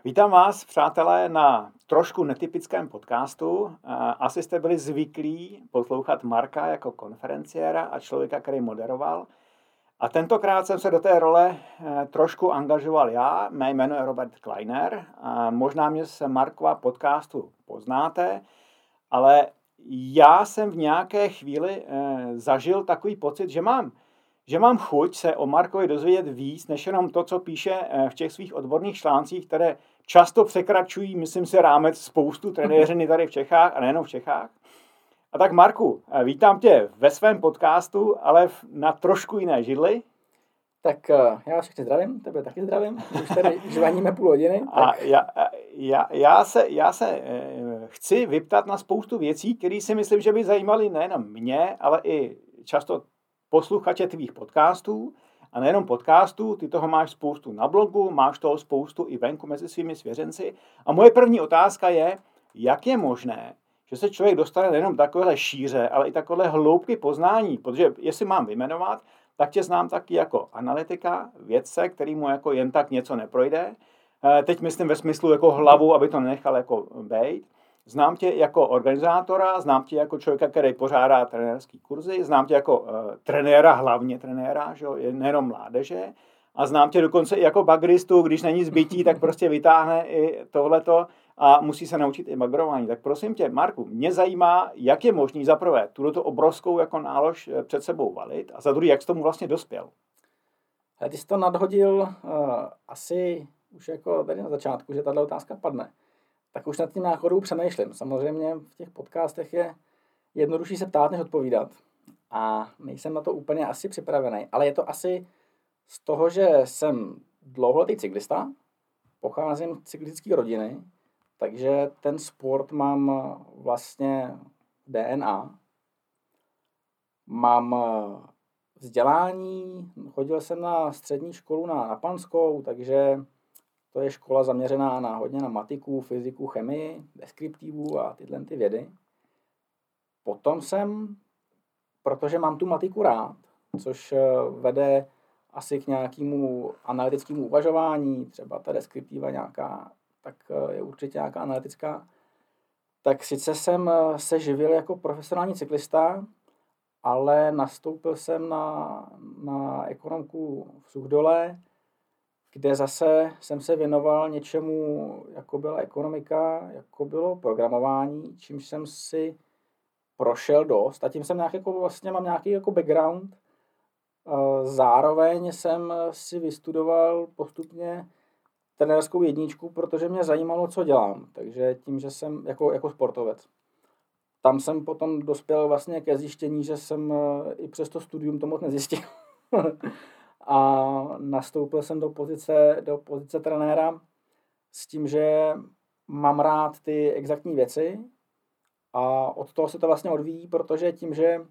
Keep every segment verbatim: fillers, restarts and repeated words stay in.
Vítám vás, přátelé, na trošku netypickém podcastu. Asi jste byli zvyklí poslouchat Marka jako konferenciéra a člověka, který moderoval. A tentokrát jsem se do té role trošku angažoval já. Mé jméno je Robert Kleiner. A možná mě z Markova podcastu poznáte, ale já jsem v nějaké chvíli zažil takový pocit, že mám že mám chuť se o Markovi dozvědět víc, než jenom to, co píše v těch svých odborných článcích, které často překračují, myslím si, rámec spoustu trenéřiny tady v Čechách a nejenom v Čechách. A tak Marku, vítám tě ve svém podcastu, ale na trošku jiné židli. Tak já vás všechny zdravím, tebe taky zdravím, už tady žvaníme půl hodiny. Tak... A já, já, já, se, já se chci vyptat na spoustu věcí, které si myslím, že by zajímaly nejenom mě, ale i často posluchače tvých podcastů. A nejenom podcastů, ty toho máš spoustu na blogu, máš toho spoustu i venku mezi svými svěřenci. A moje první otázka je, jak je možné, že se člověk dostane nejenom takovéhle šíře, ale i takovéhle hloubky poznání, protože jestli mám vyjmenovat, tak tě znám taky jako analytika, vědce, který mu jako jen tak něco neprojde. Teď myslím ve smyslu jako hlavu, aby to nenechal jako bejt. Znám tě jako organizátora, znám tě jako člověka, který pořádá trenérský kurzy, znám tě jako uh, trenéra, hlavně trenéra, že jo, nejenom mládeže, a znám tě dokonce i jako bagristu, když není zbytí, tak prostě vytáhne i tohleto a musí se naučit i bagrování. Tak prosím tě, Marku, mě zajímá, jak je možný za prvé tuto obrovskou jako nálož před sebou valit a za druhý, jak jsi tomu vlastně dospěl. Ty jsi to nadhodil uh, asi už jako tady na začátku, že tato otázka padne. Tak už nad tím náchodou přemýšlím. Samozřejmě v těch podcastech je jednodušší se ptát, než odpovídat. A nejsem na to úplně asi připravený. Ale je to asi z toho, že jsem dlouholetý cyklista, pocházím z cyklistické rodiny, takže ten sport mám vlastně D N A. Mám vzdělání, chodil jsem na střední školu na, na Panskou, takže to je škola zaměřená na hodně na matiku, fyziku, chemii, deskriptivu a tyhle ty vědy. Potom jsem, protože mám tu matiku rád, což vede asi k nějakému analytickému uvažování, třeba ta deskriptiva nějaká, tak je určitě nějaká analytická, tak sice jsem se živil jako profesionální cyklista, ale nastoupil jsem na, na ekonomku v Suchdole, kde zase jsem se věnoval něčemu, jako byla ekonomika, jako bylo programování, čímž jsem si prošel dost a tím jsem nějak jako vlastně mám nějaký jako background. Zároveň jsem si vystudoval postupně trenérskou jedničku, protože mě zajímalo, co dělám. Takže tím, že jsem jako, jako sportovec. Tam jsem potom dospěl vlastně ke zjištění, že jsem i přes to studium to moc nezjistil. A nastoupil jsem do pozice, do pozice trenéra s tím, že mám rád ty exaktní věci a od toho se to vlastně odvíjí, protože tím, že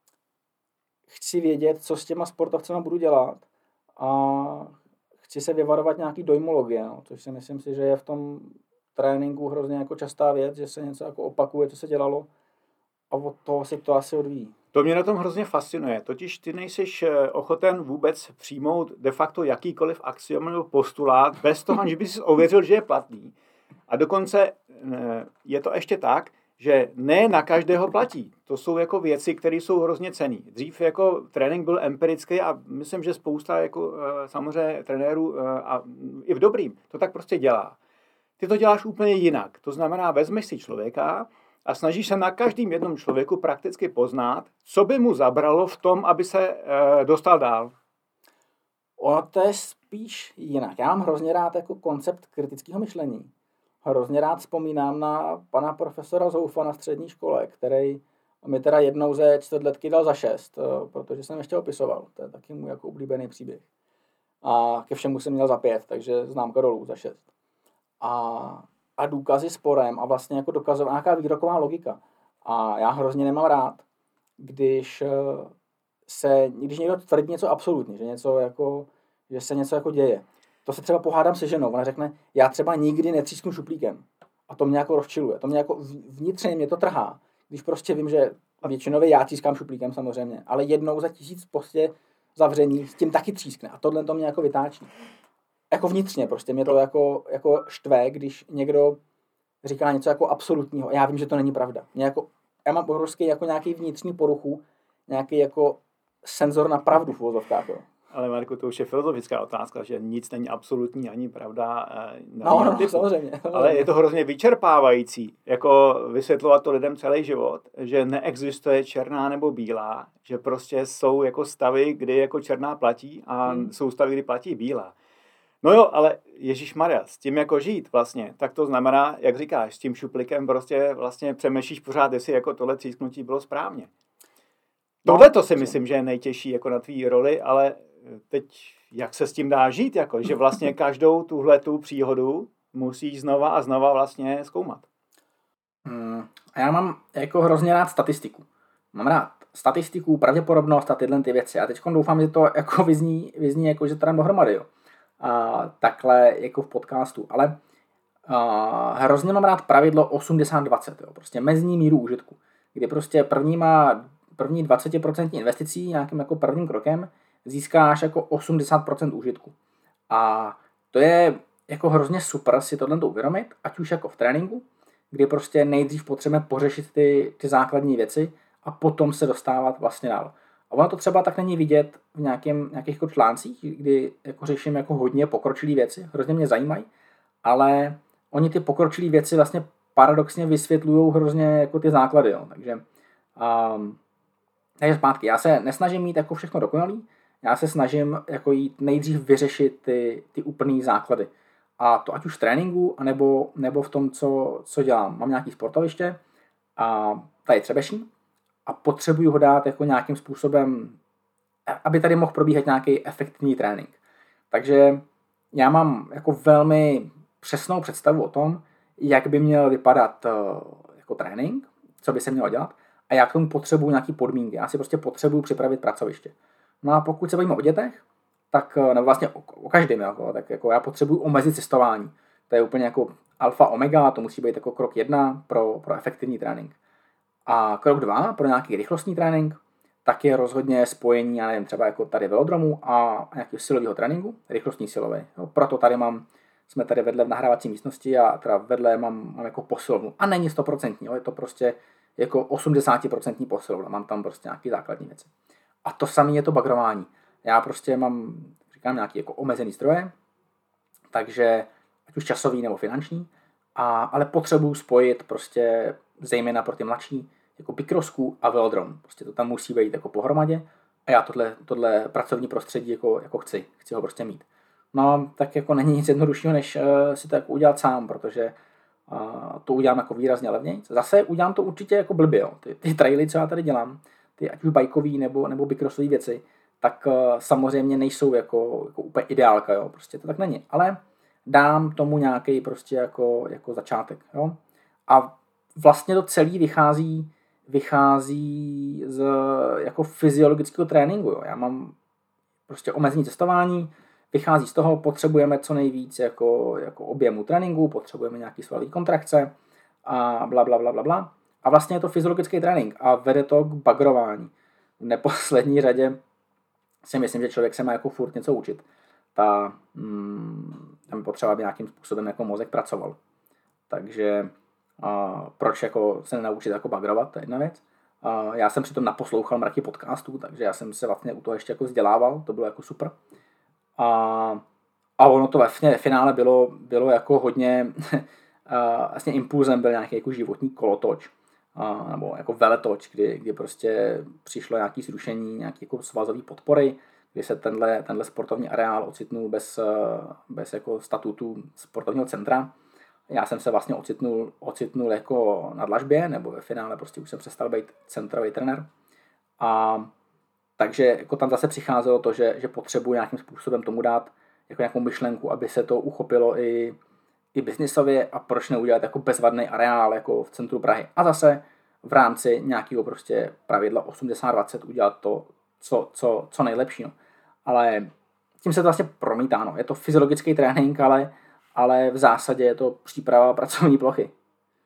chci vědět, co s těma sportovcema budu dělat a chci se vyvarovat nějaký dojmologie, no, což si myslím si, že je v tom tréninku hrozně jako častá věc, že se něco jako opakuje, co se dělalo a od toho se to asi odvíjí. To mě na tom hrozně fascinuje, totiž ty nejsiš ochoten vůbec přijmout de facto jakýkoliv axiom nebo postulát bez toho, aniž by si ověřil, že je platný. A dokonce je to ještě tak, že ne na každého platí. To jsou jako věci, které jsou hrozně cenné. Dřív jako trénink byl empirický a myslím, že spousta jako samozřejmě trenérů a i v dobrým to tak prostě dělá. Ty to děláš úplně jinak. To znamená, vezmeš si člověka a snažíš se na každém jednom člověku prakticky poznat, co by mu zabralo v tom, aby se e, dostal dál. Ono to je spíš jinak. Já mám hrozně rád jako koncept kritického myšlení. Hrozně rád vzpomínám na pana profesora Zoufa na střední škole, který mi teda jednou ze čtvrtletky dal za šest, protože jsem ještě opisoval. To je taky můj jako oblíbený příběh. A ke všemu jsem měl za pět, takže známka dolů za šest. A a důkazy sporem a vlastně jako dokazová nějaká výroková logika. A já hrozně nemám rád, když se, když někdo tvrdí něco absolutně, že něco jako, že se něco jako děje. To se třeba pohádám se ženou, ona řekne, já třeba nikdy netřísknu šuplíkem. A to mě jako rozčiluje, to mě jako vnitřně mě to trhá. Když prostě vím, že většinově já třískám šuplíkem samozřejmě, ale jednou za tisíc prostě zavření s tím taky třískne. A tohle to mě jako vytáčí. jako vnitřně prostě mě to jako, jako štve, když někdo říká něco jako absolutního. Já vím, že to není pravda. Mě jako, já mám obrovský jako nějaký vnitřní poruchu, nějaký jako senzor na pravdu v uvozovkách. Ale Marku, to už je filozofická otázka, že nic není absolutní ani pravda. No, no, samozřejmě. Ale je to hrozně vyčerpávající, jako vysvětlovat to lidem celý život, že neexistuje černá nebo bílá, že prostě jsou jako stavy, kdy jako černá platí a hmm. jsou stavy, kdy platí bílá. No jo, ale ježišmarja, s tím jako žít vlastně, tak to znamená, jak říkáš, s tím šuplikem prostě vlastně přemýšlíš pořád, jestli jako tohle třísknutí bylo správně. No, tohle to si myslím, že je nejtěžší jako na tvý roli, ale teď jak se s tím dá žít, jako, že vlastně každou tuhletu příhodu musíš znova a znova vlastně zkoumat. Hmm, a já mám jako hrozně rád statistiku. Mám rád statistiku, pravděpodobnost a tyhle ty věci. A teď doufám, že to jako vyzní, vyzní jako, že to dám dohromady, jo. A takhle jako v podcastu. Ale a, hrozně mám rád pravidlo osmdesát dvacet, jo. Prostě mezní míru užitku. Kdy prostě první má první dvacet procent investicí nějakým jako prvním krokem získáš jako osmdesát procent užitku. A to je jako hrozně super si tohle uvědomit, ať už jako v tréninku, kdy prostě nejdřív potřebujeme pořešit ty, ty základní věci a potom se dostávat vlastně dál. A ono to třeba tak není vidět v nějakém, nějakých jako článcích, kdy jako řeším jako hodně pokročilé věci, hrozně mě zajímají, ale oni ty pokročilé věci vlastně paradoxně vysvětlují hrozně jako ty základy. Jo. Takže, um, takže zpátky, já se nesnažím mít jako všechno dokonalý, já se snažím jako jít nejdřív vyřešit ty, ty úplný základy. A to ať už v tréninku, anebo, nebo v tom, co, co dělám. Mám nějaký sportoviště a tady Třebešín a potřebuju ho dát jako nějakým způsobem, aby tady mohl probíhat nějaký efektivní trénink. Takže já mám jako velmi přesnou představu o tom, jak by měl vypadat jako trénink, co by se mělo dělat a já k tomu potřebuju nějaký podmínky. Já si prostě potřebuju připravit pracoviště. No a pokud se bavíme o dětech, tak, nebo vlastně o, o každém, jako, tak jako já potřebuji omezit cestování. To je úplně jako alfa omega, to musí být jako krok jedna pro, pro efektivní trénink. A krok dva pro nějaký rychlostní trénink, tak je rozhodně spojení, já nevím, třeba jako tady velodromu a nějakého silového tréninku, rychlostní silové. Jo, proto tady mám, jsme tady vedle v nahrávací místnosti a teda vedle mám, mám jako posilovnu. A není sto procent, je to prostě jako osmdesát procent posilovna, mám tam prostě nějaké základní věci. A to samé je to bagrování. Já prostě mám, říkám, nějaké jako omezený zdroje, takže ať už časový nebo finanční, a, ale potřebuji spojit prostě zejména pro ty mladší jako bikrossku a velodrom. Prostě to tam musí být jako pohromadě a já tohle, tohle pracovní prostředí jako, jako chci. Chci ho prostě mít. No tak jako není nic jednoduššího, než uh, si to jako udělat sám, protože uh, to udělám jako výrazně levněji. Zase udělám to určitě jako blbě, jo. Ty, ty traily, co já tady dělám, ty ať už bajkový nebo, nebo bikrossové věci, tak uh, samozřejmě nejsou jako, jako úplně ideálka, jo. Prostě to tak není. Ale dám tomu nějaký prostě jako, jako začátek, jo. A vlastně to celé vychází, vychází z jako fyziologického tréninku, jo. Já mám prostě omezení cestování, vychází z toho, potřebujeme co nejvíc jako, jako objemu tréninku, potřebujeme nějaký svalový kontrakce a bla, bla, bla, bla, bla. A vlastně je to fyziologický trénink a vede to k bagrování. V neposlední řadě si myslím, že člověk se má jako furt něco učit. Ta, hmm, tam je potřeba, aby nějakým způsobem jako mozek pracoval. Takže a proč jako se nenaučit jako bagrovat, to je jedna věc. A já jsem přitom naposlouchal mraky podcastů, takže já jsem se vlastně u toho ještě jako vzdělával, to bylo jako super. A, a ono to ve finále bylo, bylo jako hodně, a vlastně impulzem byl nějaký jako životní kolotoč, a, nebo jako veletoč, kdy, kdy prostě přišlo nějaké zrušení, nějaké jako svazové podpory, kdy se tenhle, tenhle sportovní areál ocitnul bez, bez jako statutu sportovního centra. Já jsem se vlastně ocitnul, ocitnul jako na dlažbě, nebo ve finále prostě už jsem přestal být centrový trenér. A takže jako tam zase přicházelo to, že, že potřebuji nějakým způsobem tomu dát jako nějakou myšlenku, aby se to uchopilo i, i biznisově a proč neudělat jako bezvadný areál jako v centru Prahy. A zase v rámci nějakého prostě pravidla osmdesát dvacet udělat to, co, co, co nejlepší. No. Ale tím se to vlastně promítá. No. Je to fyziologický trénink, ale, ale v zásadě je to příprava pracovní plochy.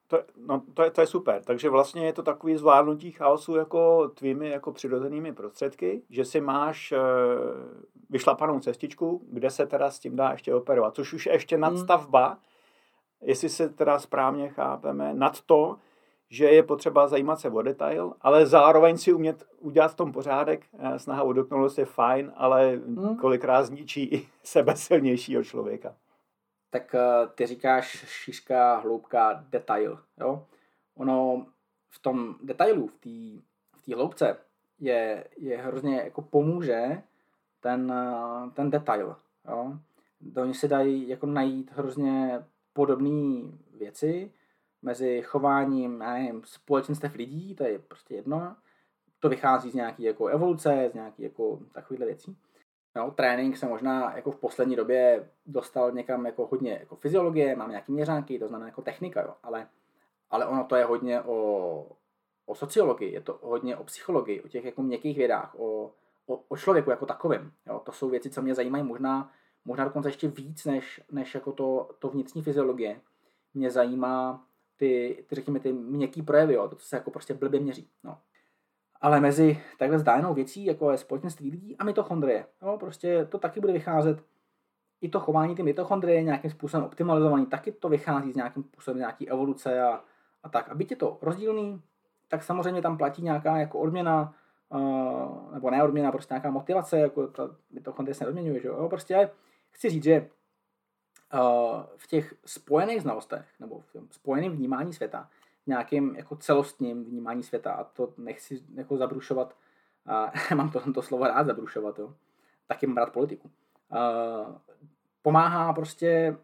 To, no, to, je, to je super. Takže vlastně je to takový zvládnutí chaosu jako tvými jako přirozenými prostředky, že si máš e, vyšlapanou cestičku, kde se teda s tím dá ještě operovat. Což už je ještě nadstavba, hmm. jestli se teda správně chápeme, nad to, že je potřeba zajímat se o detail, ale zároveň si umět udělat v tom pořádek. Snaha o dokonalost je fajn, ale hmm. kolikrát zničí i sebesilnějšího člověka. Tak ty říkáš šířka, hloubka, detail. Jo? Ono v tom detailu, v té v té hloubce je, je hrozně jako pomůže ten, ten detail. Jo? Oni si dají jako najít hrozně podobné věci mezi chováním, nevím, společenstev lidí, to je prostě jedno. To vychází z nějaké jako evoluce, z nějaké jako takovýhle věcí. No, trénink se možná jako v poslední době dostal někam jako hodně jako fyziologie, mám nějaký měřánky, to znamená jako technika, jo, ale, ale ono to je hodně o, o sociologii, je to hodně o psychologii, o těch jako měkkých vědách, o, o, o člověku jako takovým. Jo. To jsou věci, co mě zajímají možná, možná dokonce ještě víc, než, než jako to, to vnitřní fyziologie. Mě zajímá ty, ty řekněme, ty měkký projevy, jo, to, co se jako prostě blbě měří. No. Ale mezi takhle vzdálenou věcí, jako je společenství lidí a mitochondrie. Jo, prostě to taky bude vycházet, i to chování ty mitochondrie je nějakým způsobem optimalizovaný, taky to vychází z nějakým způsobem nějaký evoluce a, a tak. A byť je to rozdílný, tak samozřejmě tam platí nějaká jako odměna, uh, nebo ne odměna, prostě nějaká motivace, jako ta mitochondrie se neodměňuje, že jo. Prostě chci říct, že uh, v těch spojených znalostech, nebo v tom spojeném vnímání světa, nějakým jako celostním vnímání světa, a to nechci jako zabrušovat, uh, mám to, to slovo rád zabrušovat, jo. Taky mám rád politiku. Uh, pomáhá prostě,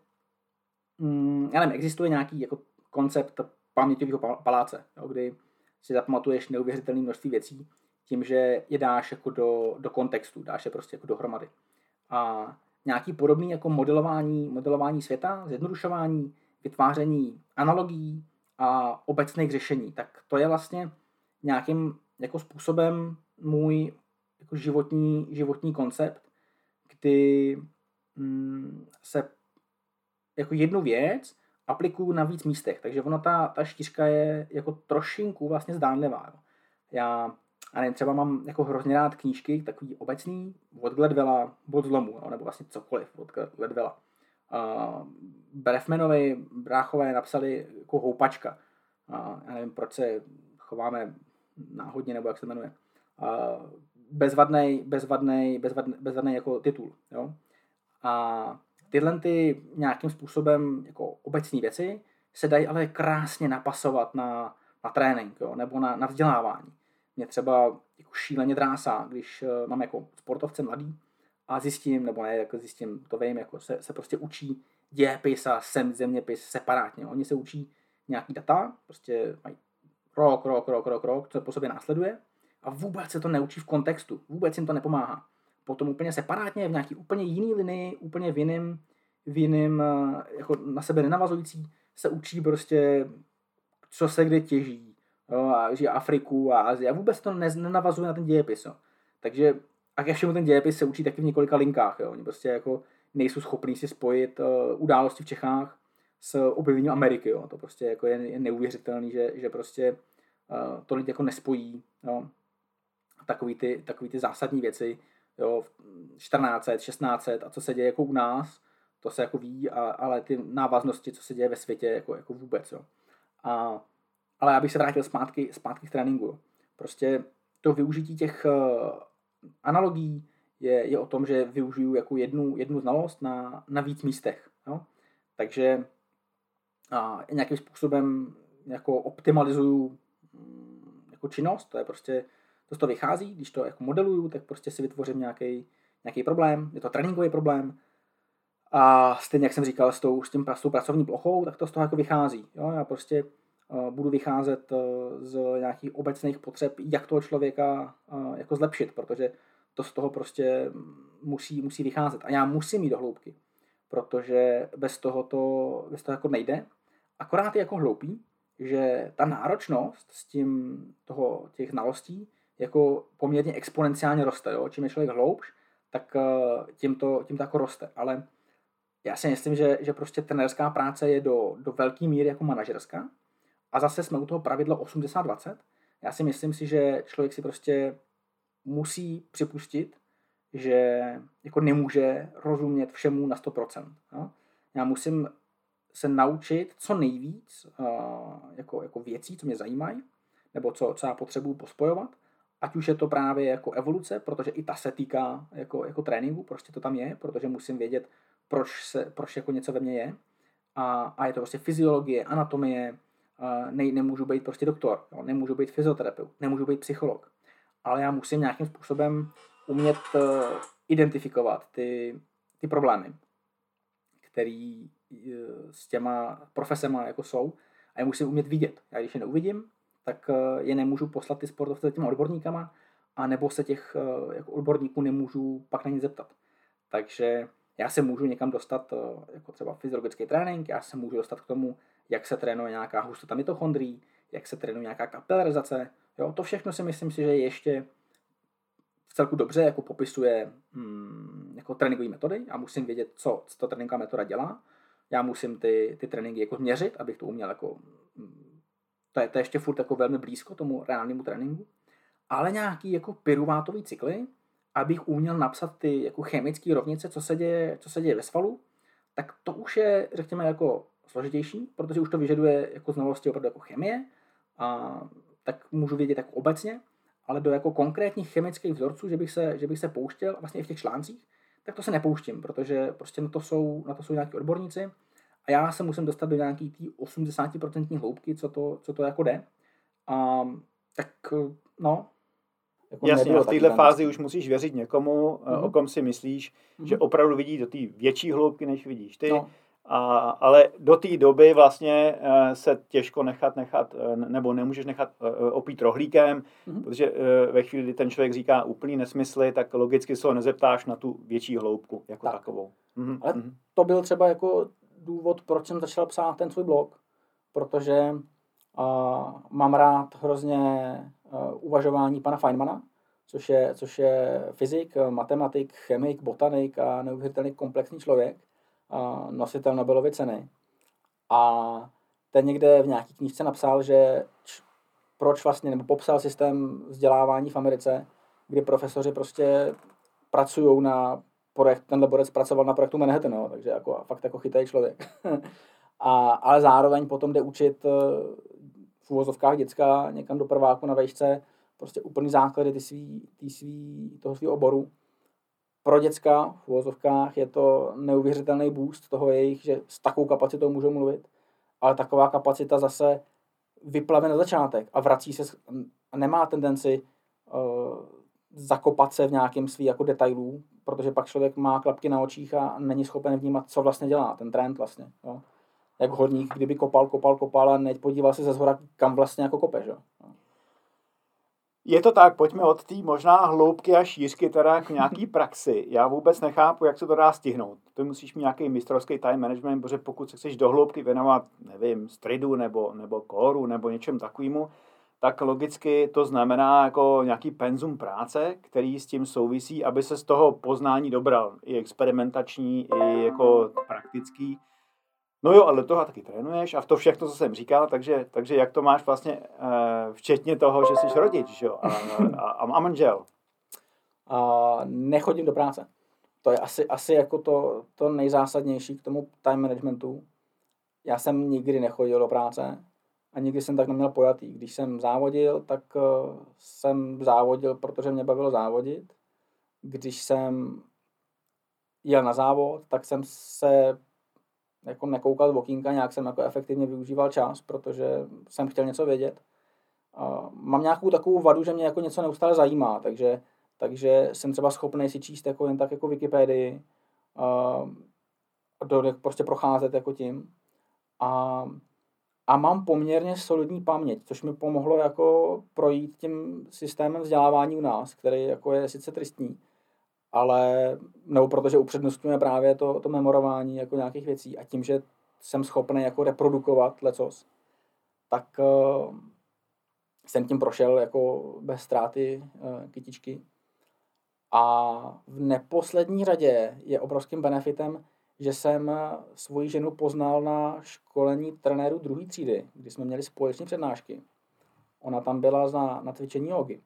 mm, já nevím, existuje nějaký jako koncept paměťového paláce, jo, kdy si zapamatuješ neuvěřitelné množství věcí tím, že je dáš jako do, do kontextu, dáš je prostě jako dohromady. A nějaký podobný jako modelování, modelování světa, zjednodušování, vytváření analogií a obecných řešení, tak to je vlastně nějakým jako způsobem můj jako životní, životní koncept, kdy mm, se jako jednu věc aplikuju na víc místech, takže ono ta, ta štířka je jako trošinku vlastně zdánlivá. Jo. Já, já nevím, třeba mám jako hrozně rád knížky, takový obecný, od Gladwella, od zlomu, jo, nebo vlastně cokoliv od Gladwella. Uh, Brefmanovi bráchové napsali jako houpačka. Uh, já nevím, proč se chováme náhodně, nebo jak se jmenuje. Uh, bezvadnej, bezvadnej, bezvadnej, bezvadnej jako titul. Jo? A tyhle ty nějakým způsobem jako obecní věci se dají ale krásně napasovat na, na trénink, jo? Nebo na, na vzdělávání. Mě třeba jako šíleně drásá, když uh, mám jako sportovce mladý a zjistím, nebo ne, jako zjistím, to vím, jako se, se prostě učí dějepis a sem zeměpis separátně. Oni se učí nějaký data, prostě mají rok, rok, rok, rok, rok, co po sobě následuje a vůbec se to neučí v kontextu, vůbec jim to nepomáhá. Potom úplně separátně, v nějaký úplně jiný linii, úplně v jiným, v jiným, jako na sebe nenavazující, se učí prostě, co se kde těží, jo, a že Afriku a Asii a vůbec to nenavazuje na ten dějepis. Jo. Takže a ke všemu ten dějepis se učí taky v několika linkách. Jo. Oni prostě jako nejsou schopní si spojit uh, události v Čechách s objevením Ameriky. Jo. To prostě jako je, je neuvěřitelný, že, že prostě uh, to lidi jako nespojí. Jo. Takový ty, takový ty zásadní věci. Jo. čtrnáct set, šestnáct set a co se děje jako u nás, to se jako ví, a, ale ty návaznosti, co se děje ve světě, jako, jako vůbec. Jo. A, ale já bych se vrátil zpátky, zpátky k tréninku. Jo. Prostě to využití těch uh, analogií je, je o tom, že využiju jako jednu, jednu znalost na, na víc místech. Jo? Takže a, nějakým způsobem jako optimalizuju jako činnost, to je prostě, to z toho vychází, když to jako modeluju, tak prostě si vytvořím nějaký, nějaký problém, je to tréninkový problém a stejně, jak jsem říkal, s tou, s tím, s tou pracovní plochou, tak to z toho jako vychází. Jo? Já prostě uh, budu vycházet uh, z nějakých obecných potřeb, jak toho člověka uh, jako zlepšit, protože to z toho prostě musí, musí vycházet. A já musím jít do hloubky, protože bez toho to bez toho jako nejde. Akorát je jako hloupý, že ta náročnost s tím toho, těch znalostí jako poměrně exponenciálně roste. Jo? Čím je člověk hloubš, tak tím to, tím to jako roste. Ale já si myslím, že, že prostě trenérská práce je do, do velké míry jako manažerská a zase jsme u toho pravidla osmdesát dvacet. Já si myslím si, že člověk si prostě musí připustit, že jako nemůže rozumět všemu na sto procent. Jo? Já musím se naučit co nejvíc uh, jako, jako věcí, co mě zajímají, nebo co, co já potřebuji pospojovat, ať už je to právě jako evoluce, protože i ta se týká jako, jako tréninku, prostě to tam je, protože musím vědět, proč, se, proč jako něco ve mně je. A, a je to prostě fyziologie, anatomie, uh, ne, nemůžu být prostě doktor, jo? Nemůžu být fyzioterapeut, nemůžu být psycholog, ale já musím nějakým způsobem umět uh, identifikovat ty, ty problémy, který uh, s těma profesema jako jsou, a je musím umět vidět. Já když je neuvidím, tak uh, je nemůžu poslat ty sportovce těma odborníkama, a nebo se těch uh, jako odborníků nemůžu pak na ně zeptat. Takže já se můžu někam dostat uh, jako třeba fyziologický trénink, já se můžu dostat k tomu, jak se trénuje nějaká hustota mitochondrií, jak se trénuje nějaká kapilarizace. Jo, to všechno si myslím si, že ještě v celku dobře jako popisuje hmm, jako tréninkové metody. Já musím vědět, co, co ta tréninková metoda dělá. Já musím ty, ty tréninky jako změřit, abych to uměl jako... Hmm, to, je, to je ještě furt jako velmi blízko tomu reálnému tréninku. Ale nějaký jako pyruvátový cykly, abych uměl napsat ty jako chemické rovnice, co se děje, co se děje ve svalu, tak to už je, řekněme, jako složitější, protože už to vyžaduje jako znalosti opravdu jako chemie, a tak můžu vědět jako obecně, ale do jako konkrétních chemických vzorců, že bych se, že bych se pouštěl, a vlastně i v těch článcích, tak to se nepouštím, protože prostě na to jsou, na to jsou nějaký odborníci a já se musím dostat do nějaký tý osmdesát procent hloubky, co to, co to jako jde. A tak no. Jako jasně, a v této fázi už musíš věřit někomu, mm-hmm. o kom si myslíš, mm-hmm. že opravdu vidí do té větší hloubky, než vidíš ty. No. A, ale do té doby vlastně se těžko nechat, nechat nebo nemůžeš nechat opít rohlíkem, mm-hmm. protože ve chvíli, kdy ten člověk říká úplný nesmysly, tak logicky se ho nezeptáš na tu větší hloubku jako tak. takovou. Mm-hmm. Ale to byl třeba jako důvod, proč jsem začal psát ten svůj blog, protože uh, mám rád hrozně uh, uvažování pana Feynmana, což je, což je fyzik, matematik, chemik, botanik a neuvěřitelný komplexní člověk, uh, nositel Nobelovy ceny. A ten někde v nějaký knížce napsal, že č, proč vlastně, nebo popsal systém vzdělávání v Americe, kdy profesoři prostě pracují na projekt, tenhle borec pracoval na projektu Manhattan, no, takže jako, fakt jako chytrý člověk. A, ale zároveň potom jde učit v uvozovkách děcka někam do prváku na vejšce prostě úplný základy ty svý, ty svý, toho svého oboru. Pro děcka v uvozovkách je to neuvěřitelný boost toho jejich, že s takovou kapacitou můžou mluvit, ale taková kapacita zase vyplave na začátek a vrací se a nemá tendenci uh, zakopat se v nějakém svý jako detailů, protože pak člověk má klapky na očích a není schopen vnímat, co vlastně dělá, ten trend vlastně. Jo. Jak horník, kdyby kopal, kopal, kopal a neď podíval se ze zhora, kam vlastně jako kopeš. Jo. Je to tak, pojďme od té možná hloubky a šířky teda k nějaký praxi. Já vůbec nechápu, jak se to dá stihnout. To musíš mít nějaký mistrovský time management, protože pokud se chceš do hloubky věnovat, nevím, stridu nebo, nebo kóru nebo něčem takovému, tak logicky to znamená jako nějaký penzum práce, který s tím souvisí, aby se z toho poznání dobral. I experimentační, i jako praktický. No jo, ale do toho taky trénuješ a v to všechno, co jsem říkal, takže, takže jak to máš vlastně, včetně toho, že jsi rodič, jo, a, a, a manžel? A nechodím do práce. To je asi, asi jako to, to nejzásadnější k tomu time managementu. Já jsem nikdy nechodil do práce a nikdy jsem tak neměl pojatý. Když jsem závodil, tak jsem závodil, protože mě bavilo závodit. Když jsem jel na závod, tak jsem se jako nekoukal v okýnka, nějak jsem jako efektivně využíval čas, protože jsem chtěl něco vědět. Uh, mám nějakou takovou vadu, že mě jako něco neustále zajímá, takže, takže jsem třeba schopný si číst jako jen tak jako Wikipedii, uh, do, prostě procházet jako tím. A, a mám poměrně solidní paměť, což mi pomohlo jako projít tím systémem vzdělávání u nás, který jako je sice tristní, ale nebo protože upřednostňuje právě to, to memorování jako nějakých věcí a tím, že jsem schopný jako reprodukovat lecos, tak uh, jsem tím prošel jako bez ztráty uh, kytičky. A v neposlední řadě je obrovským benefitem, že jsem svoji ženu poznal na školení trenéru druhé třídy, kdy jsme měli společné přednášky. Ona tam byla na, na cvičení jogy.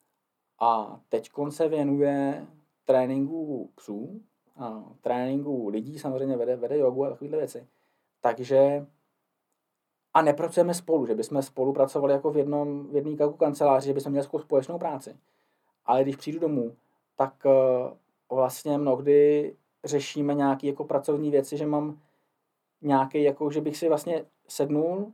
A teď se věnuje tréninku psů, a tréninku lidí, samozřejmě vede, vede jogu a takovéhle věci. Takže a nepracujeme spolu, že bychom spolupracovali jako v jednom v jedné kanceláři, že bychom měli společnou práci. Ale když přijdu domů, tak uh, vlastně mnohdy řešíme nějaké jako pracovní věci, že mám nějaký, jako že bych si vlastně sednul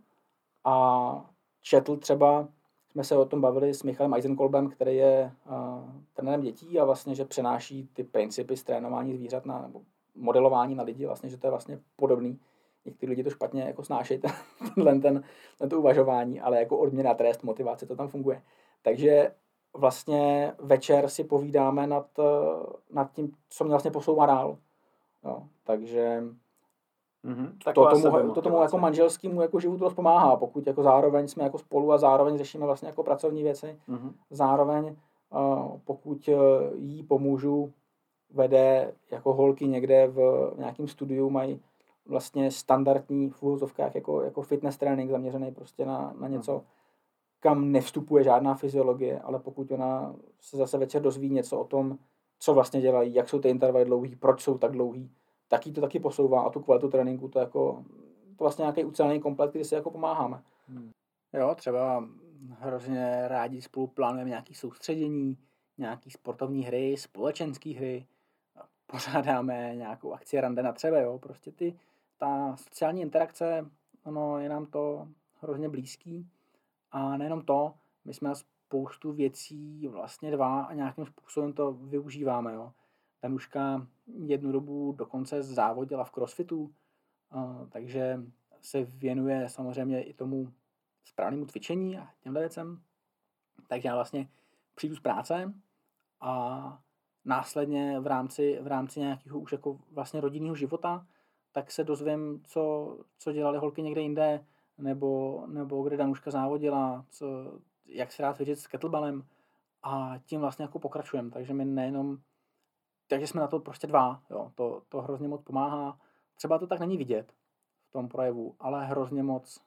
a četl třeba, jsme se o tom bavili s Michalem Eisenkolbem, který je uh, trenérem dětí a vlastně, že přenáší ty principy z trénování zvířat na, nebo modelování na lidi, vlastně, že to je vlastně podobný. Někteří lidi to špatně jako snášejí, tenhle ten, ten to uvažování, ale jako odměna, trest, motivace, to tam funguje. Takže vlastně večer si povídáme nad, nad tím, co mě vlastně posouvá dál. Jo, takže mm-hmm, to tomu, to tomu jako manželskému jako životu dost pomáhá, pokud jako zároveň jsme jako spolu a zároveň řešíme vlastně jako pracovní věci. Mm-hmm. Zároveň uh, pokud jí pomůžu, vede jako holky někde v nějakém studiu, mají vlastně standardní v uvozovkách jako, jako fitness trénink zaměřený prostě na, na něco, mm-hmm. kam nevstupuje žádná fyziologie, ale pokud ona se zase večer dozví něco o tom, co vlastně dělají, jak jsou ty intervaly dlouhý, proč jsou tak dlouhý, tak jí to taky posouvá a tu kvalitu tréninku to jako, to vlastně nějaký ucelený komplet, který si jako pomáháme. Hmm. Jo, třeba hrozně rádi spolu plánujeme nějaké soustředění, nějaké sportovní hry, společenské hry, pořádáme nějakou akci rande na třeba, jo, prostě ty, ta sociální interakce, ono je nám to hrozně blízký. A nejenom to, my jsme na spoustu věcí vlastně dva a nějakým způsobem to využíváme. Jo. Danuška jednu dobu dokonce závodila v crossfitu, takže se věnuje samozřejmě i tomu správnému cvičení a těmhle věcem. Takže já vlastně přijdu z práce a následně v rámci, v rámci nějakého už jako vlastně rodinného života, tak se dozvím, co, co dělali holky někde jinde, nebo, nebo kde Danuška závodila, co, jak se dá cvičit s kettlebellem a tím vlastně jako pokračujeme. Takže my nejenom, takže jsme na to prostě dva, jo, to, to hrozně moc pomáhá. Třeba to tak není vidět v tom projevu, ale hrozně moc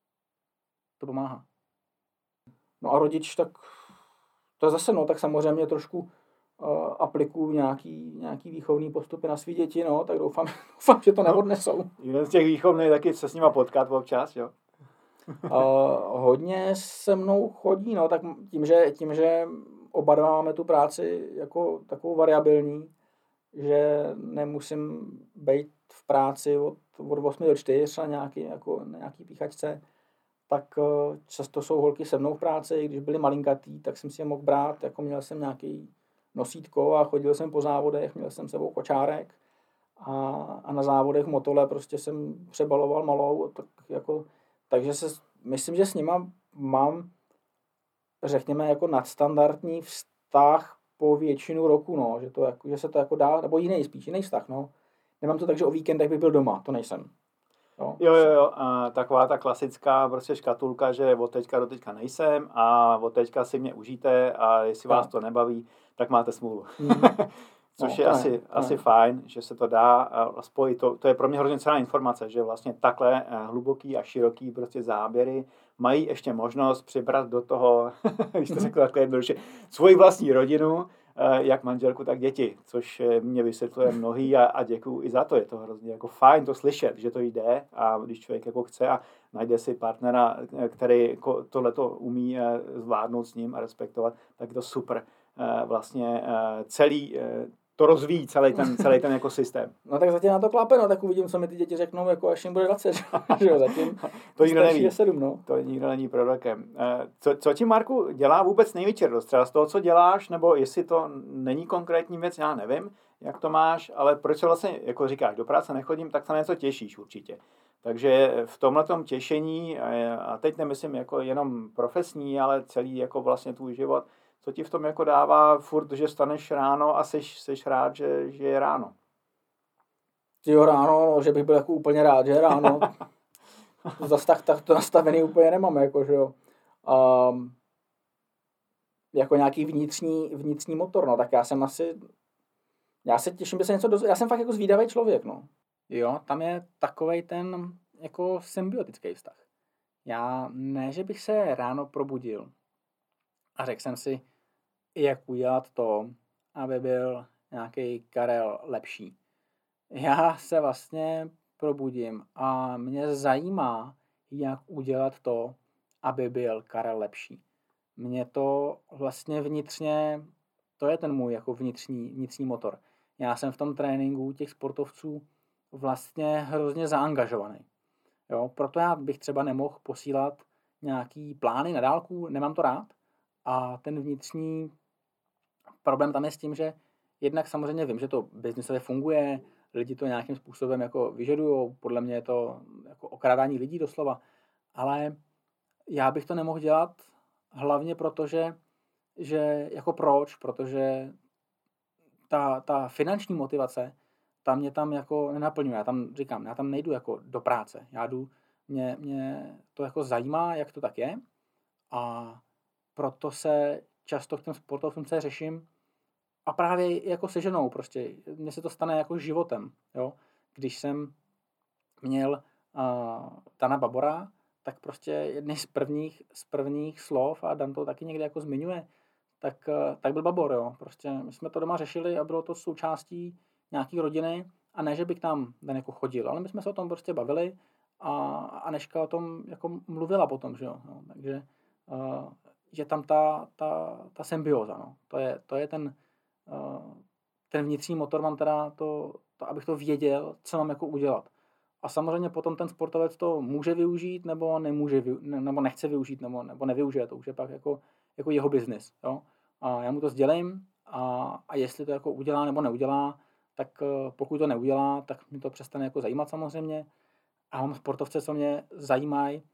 to pomáhá. No a rodič, tak to je zase, no, tak samozřejmě trošku uh, aplikuju nějaký, nějaký výchovný postupy na svý děti, no, tak doufám, doufám, že to neodnesou. Jeden z těch výchovných taky se s nima potkat občas, jo? uh, hodně se mnou chodí, no, tak tím, že, tím, že oba dva máme tu práci jako takovou variabilní, že nemusím být v práci od, od osmi do čtyř a nějaký, jako, nějaký píchačce, tak uh, často jsou holky se mnou v práci, když byly malinkatý, tak jsem si je mohl brát, jako měl jsem nějaký nosítko a chodil jsem po závodech, měl jsem sebou kočárek a, a na závodech motole prostě jsem přebaloval malou, tak jako, takže se, myslím, že s nima mám, řekněme, jako nadstandardní vztah po většinu roku, no, že, to jako, že se to jako dá, nebo jiný spíš, jiný vztah, no. Nemám to tak, že o víkendech bych byl doma, to nejsem. Jo, jo, jo, a taková ta klasická prostě škatulka, že od teďka do teďka nejsem a od teďka si mě užijte a jestli tak vás to nebaví, tak máte smůlu. Mm. Což no, je asi, ne, asi ne. fajn, že se to dá spojit. To, to je pro mě hrozně cenná informace, že vlastně takhle hluboký a široký prostě záběry mají ještě možnost přibrat do toho, když to řekl takhle jednoduše, svoji vlastní rodinu, jak manželku, tak děti, což mě vysvětluje mnohý a, a děkuju i za to. Je to hrozně jako fajn to slyšet, že to jde a když člověk jako chce a najde si partnera, který tohleto umí zvládnout s ním a respektovat, tak je to super. Vlastně celý to rozvíjí celý ten, celý ten jako systém. No tak zatím na to klape, no, tak uvidím, co mi ty děti řeknou, jako až jim bude dvacet, že jo, zatím to nikdo neví. sedm, no. To nikdo není prorokem. Co, co ti, Marku, dělá vůbec největší radost? Třeba z toho, co děláš, nebo jestli to není konkrétní věc, já nevím, jak to máš, ale proč se vlastně, jako říkáš, do práce nechodím, tak se na něco těšíš určitě. Takže v tomhletom těšení, a teď nemyslím jako jenom profesní, ale celý jako vlastně tvůj život, co ti v tom jako dává furt, že staneš ráno a seš, seš rád, že, že je ráno? Jo, ráno, no, že bych byl jako úplně rád, že je ráno. Zas tak, tak to nastavený úplně nemám, jako, že jo. Um, jako nějaký vnitřní, vnitřní motor, no, tak já jsem asi, já se těším, že se něco dozvědět. Já jsem fakt jako zvídavý člověk, no. Jo, tam je takovej ten jako symbiotický vztah. Já ne, že bych se ráno probudil a řekl jsem si, jak udělat to, aby byl nějaký Karel lepší. Já se vlastně probudím a mě zajímá, jak udělat to, aby byl Karel lepší. Mě to vlastně vnitřně, to je ten můj jako vnitřní, vnitřní motor. Já jsem v tom tréninku těch sportovců vlastně hrozně zaangažovaný. Jo, proto já bych třeba nemohl posílat nějaký plány na dálku, nemám to rád. A ten vnitřní problém tam je s tím, že jednak samozřejmě vím, že to biznisově funguje, lidi to nějakým způsobem jako vyžadují, podle mě je to jako okrádání lidí doslova, ale já bych to nemohl dělat hlavně proto, že, že jako proč, protože ta, ta finanční motivace, ta mě tam jako nenaplňuje, já tam říkám, já tam nejdu jako do práce, já jdu, mě, mě to jako zajímá, jak to tak je a proto se často k těm sportovcům se řeším a právě jako se ženou prostě, mně se to stane jako životem, jo, když jsem měl uh, Dana Babora, tak prostě jedný z prvních, z prvních slov, a Dan to taky někde jako zmiňuje, tak, uh, tak byl Babor, jo, prostě my jsme to doma řešili a bylo to součástí nějaký rodiny a ne, že bych tam Dan jako chodil, ale my jsme se o tom prostě bavili a, a Nežka o tom jako mluvila potom, že jo, no, takže uh, že tam ta, ta, ta symbióza, no, to je, to je ten, uh, ten vnitřní motor, mám teda to, to, abych to věděl, co mám jako udělat. A samozřejmě potom ten sportovec to může využít, nebo nemůže, nebo nechce využít, nebo, nebo nevyužije, to už je pak jako, jako jeho biznis, jo. A já mu to sdělím a, a jestli to jako udělá nebo neudělá, tak pokud to neudělá, tak mi to přestane jako zajímat samozřejmě. A mám sportovce, co mě zajímají,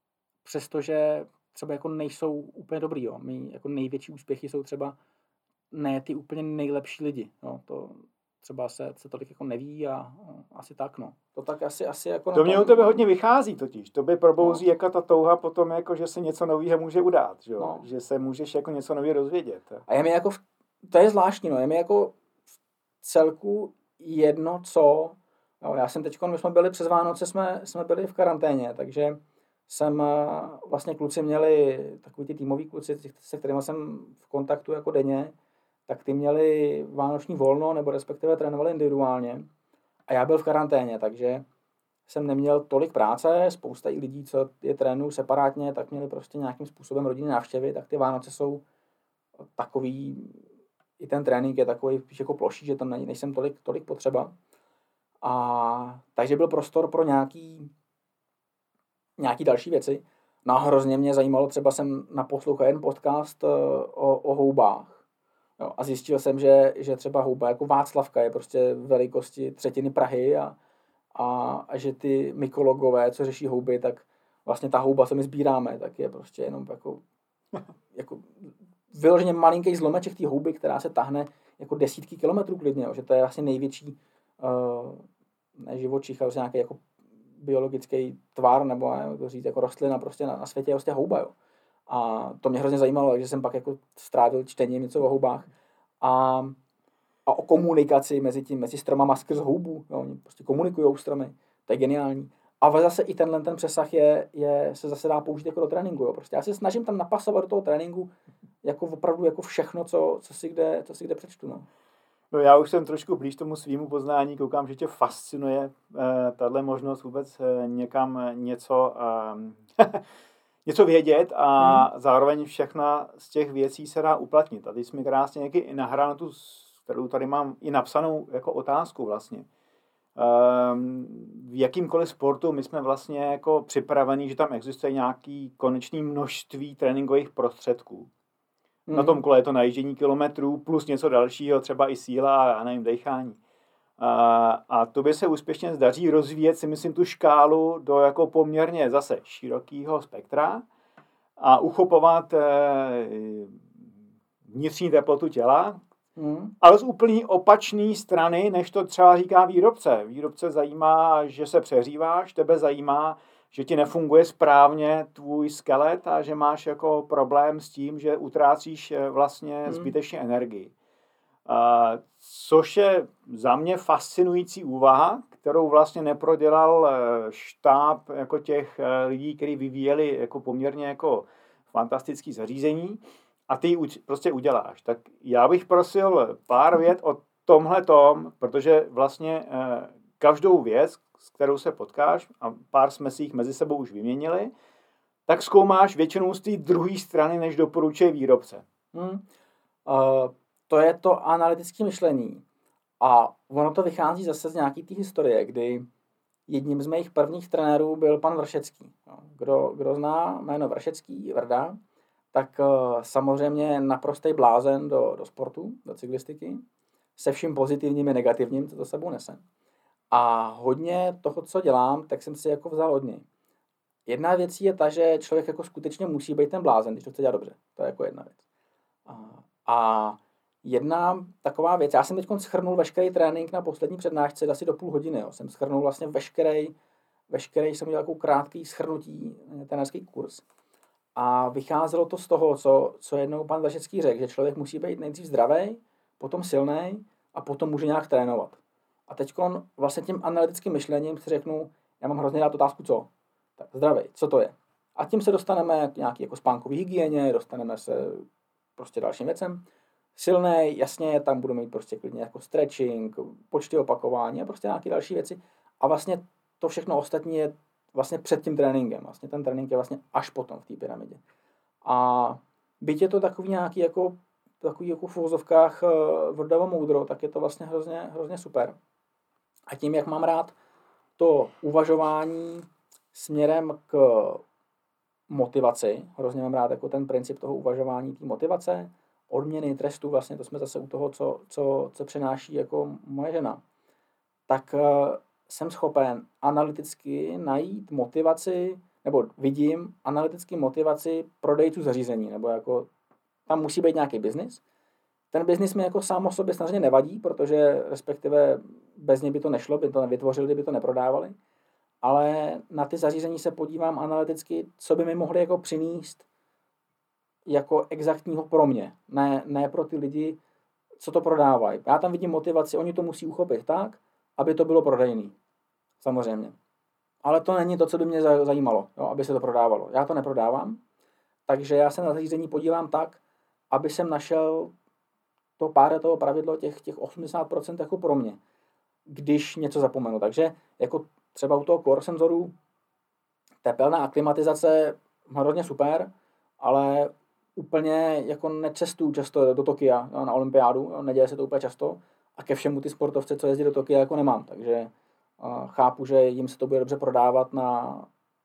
přestože třeba jako nejsou úplně dobrý, jo. Mí jako největší úspěchy jsou třeba ne ty úplně nejlepší lidi, jo. To třeba se, se tolik jako neví a no, asi tak, no. To tak asi, asi jako... To mě u tebe hodně vychází totiž. To by probouzí no. Jaká ta touha potom, jako, že se něco nového může udát, že, no. Že se můžeš jako něco nového rozvědět. A je mi jako, to je zvláštní, no. Je mi jako v celku jedno, co... Jo, já jsem teď, my jsme byli přes Vánoce, jsme, jsme byli v karanténě, takže jsem vlastně kluci měli, takový ty týmoví kluci, se kterými jsem v kontaktu jako denně, tak ty měli vánoční volno, nebo respektive trénovali individuálně. A já byl v karanténě, takže jsem neměl tolik práce, spousta i lidí, co je trénují separátně, tak měli prostě nějakým způsobem rodinné návštěvy, tak ty Vánoce jsou takový, i ten trénink je takový spíš jako ploší, že tam nejsem tolik, tolik potřeba. A takže byl prostor pro nějaký, nějaký další věci. No a hrozně mě zajímalo, třeba jsem naposlouchal jeden podcast o, o houbách. Jo, a zjistil jsem, že, že třeba houba jako Václavka je prostě velikosti třetiny Prahy a, a, a že ty mykologové, co řeší houby, tak vlastně ta houba, co my sbíráme, tak je prostě jenom jako, jako vyloženě malinký zlomeček té houby, která se tahne jako desítky kilometrů klidně, jo, že to je vlastně největší uh, ne živočich, ale nějaký jako biologický tvar, nebo ne, to říct, jako rostlina prostě na, na světě je prostě houba, jo. A to mě hrozně zajímalo, takže jsem pak jako strávil čtením něco o houbách a, a o komunikaci mezi tím, mezi stromama skrz houbu. Jo, oni prostě komunikujou stromy, to je geniální. A zase i tenhle ten přesah je, je, se zase dá použít jako do tréninku. Jo. Prostě já se snažím tam napasovat do toho tréninku jako opravdu jako všechno, co, co, si, kde, co si kde přečtu. No. No já už jsem trošku blíž tomu svýmu poznání, koukám, že tě fascinuje eh, tahle možnost vůbec eh, někam něco... Eh, něco vědět a hmm. zároveň všechna z těch věcí se dá uplatnit. A teď jsi mi krásně někdy i nahrál na tu, kterou tady mám i napsanou jako otázku vlastně. Um, v jakýmkoliv sportu my jsme vlastně jako připraveni, že tam existuje nějaký konečný množství tréninkových prostředků. Hmm. Na tom kole je to najíždění kilometrů plus něco dalšího, třeba i síla a nevím, dechání. A, a tobě se úspěšně zdaří rozvíjet si myslím tu škálu do jako poměrně zase širokého spektra a uchopovat e, vnitřní teplotu těla, hmm. ale z úplně opačné strany, než to třeba říká výrobce. Výrobce zajímá, že se přehříváš, tebe zajímá, že ti nefunguje správně tvůj skelet a že máš jako problém s tím, že utrácíš vlastně hmm. zbytečně energii. Uh, což je za mě fascinující úvaha, kterou vlastně neprodělal štáb jako těch lidí, kteří vyvíjeli jako poměrně jako fantastický zařízení a ty ji prostě uděláš. Tak já bych prosil pár vět o tomhletom, protože vlastně každou věc, s kterou se potkáš, a pár jsme si jich mezi sebou už vyměnili, tak zkoumáš většinou z té druhé strany, než doporučuje výrobce. Hmm. Uh, to je to analytické myšlení. A ono to vychází zase z nějaký té historie, kdy jedním z mých prvních trenérů byl pan Vršecký. Kdo, kdo zná jméno Vršecký, Vrda, tak uh, samozřejmě naprostý blázen do, do sportu, do cyklistiky, se vším pozitivním i negativním, co to sebou nese. A hodně toho, co dělám, tak jsem si jako vzal od něj. Jedna věc je ta, že člověk jako skutečně musí být ten blázen, když to chce dělat dobře. To je jako jedna věc. A, a jedna taková věc, já jsem teď shrnul veškerý trénink na poslední přednášce asi do půl hodiny. Jo. Jsem shrnul vlastně veškerý, veškerý jsem udělal takovou krátký shrnutí, trenérský kurz. A vycházelo to z toho, co, co jednou pan Vršecký řekl, že člověk musí být nejdřív zdravý, potom silný a potom může nějak trénovat. A teď vlastně tím analytickým myšlením si řeknu, já mám hrozně rád otázku co? Tak zdravý, co to je? A tím se dostaneme k nějaký jako spánkové hygieně, dostaneme se prostě dalším věcem. Silnej, jasně, tam budu mít prostě klidně jako stretching, počty opakování a prostě nějaké další věci. A vlastně to všechno ostatní je vlastně před tím tréninkem. Vlastně ten trénink je vlastně až potom v té pyramidě. A byť je to takový nějaký jako takový jako v uvozovkách Vrdovo moudro, tak je to vlastně hrozně, hrozně super. A tím, jak mám rád to uvažování směrem k motivaci, hrozně mám rád jako ten princip toho uvažování té motivace, odměny, trestu, vlastně to jsme zase u toho, co, co, co přináší jako moje žena, tak uh, jsem schopen analyticky najít motivaci, nebo vidím analyticky motivaci prodejců zařízení, nebo jako tam musí být nějaký biznis. Ten biznis mi jako sám o sobě samozřejmě nevadí, protože respektive bez něj by to nešlo, by to nevytvořili, by to neprodávali. Ale na ty zařízení se podívám analyticky, co by mi mohli jako přinést jako exaktního pro mě, ne, ne pro ty lidi, co to prodávají. Já tam vidím motivaci, oni to musí uchopit tak, aby to bylo prodejný. Samozřejmě. Ale to není to, co by mě zajímalo, jo, aby se to prodávalo. Já to neprodávám, takže já se na zařízení podívám tak, aby jsem našel to pár toho pravidlo těch, těch osmdesát procent jako pro mě, když něco zapomenu. Takže jako třeba u toho core senzoru tepelná aklimatizace hrozně super, ale úplně jako necestuju často do Tokia, jo, na olympiádu, jo, neděje se to úplně často a ke všemu ty sportovce, co jezdí do Tokia, jako nemám, takže uh, chápu, že jim se to bude dobře prodávat na,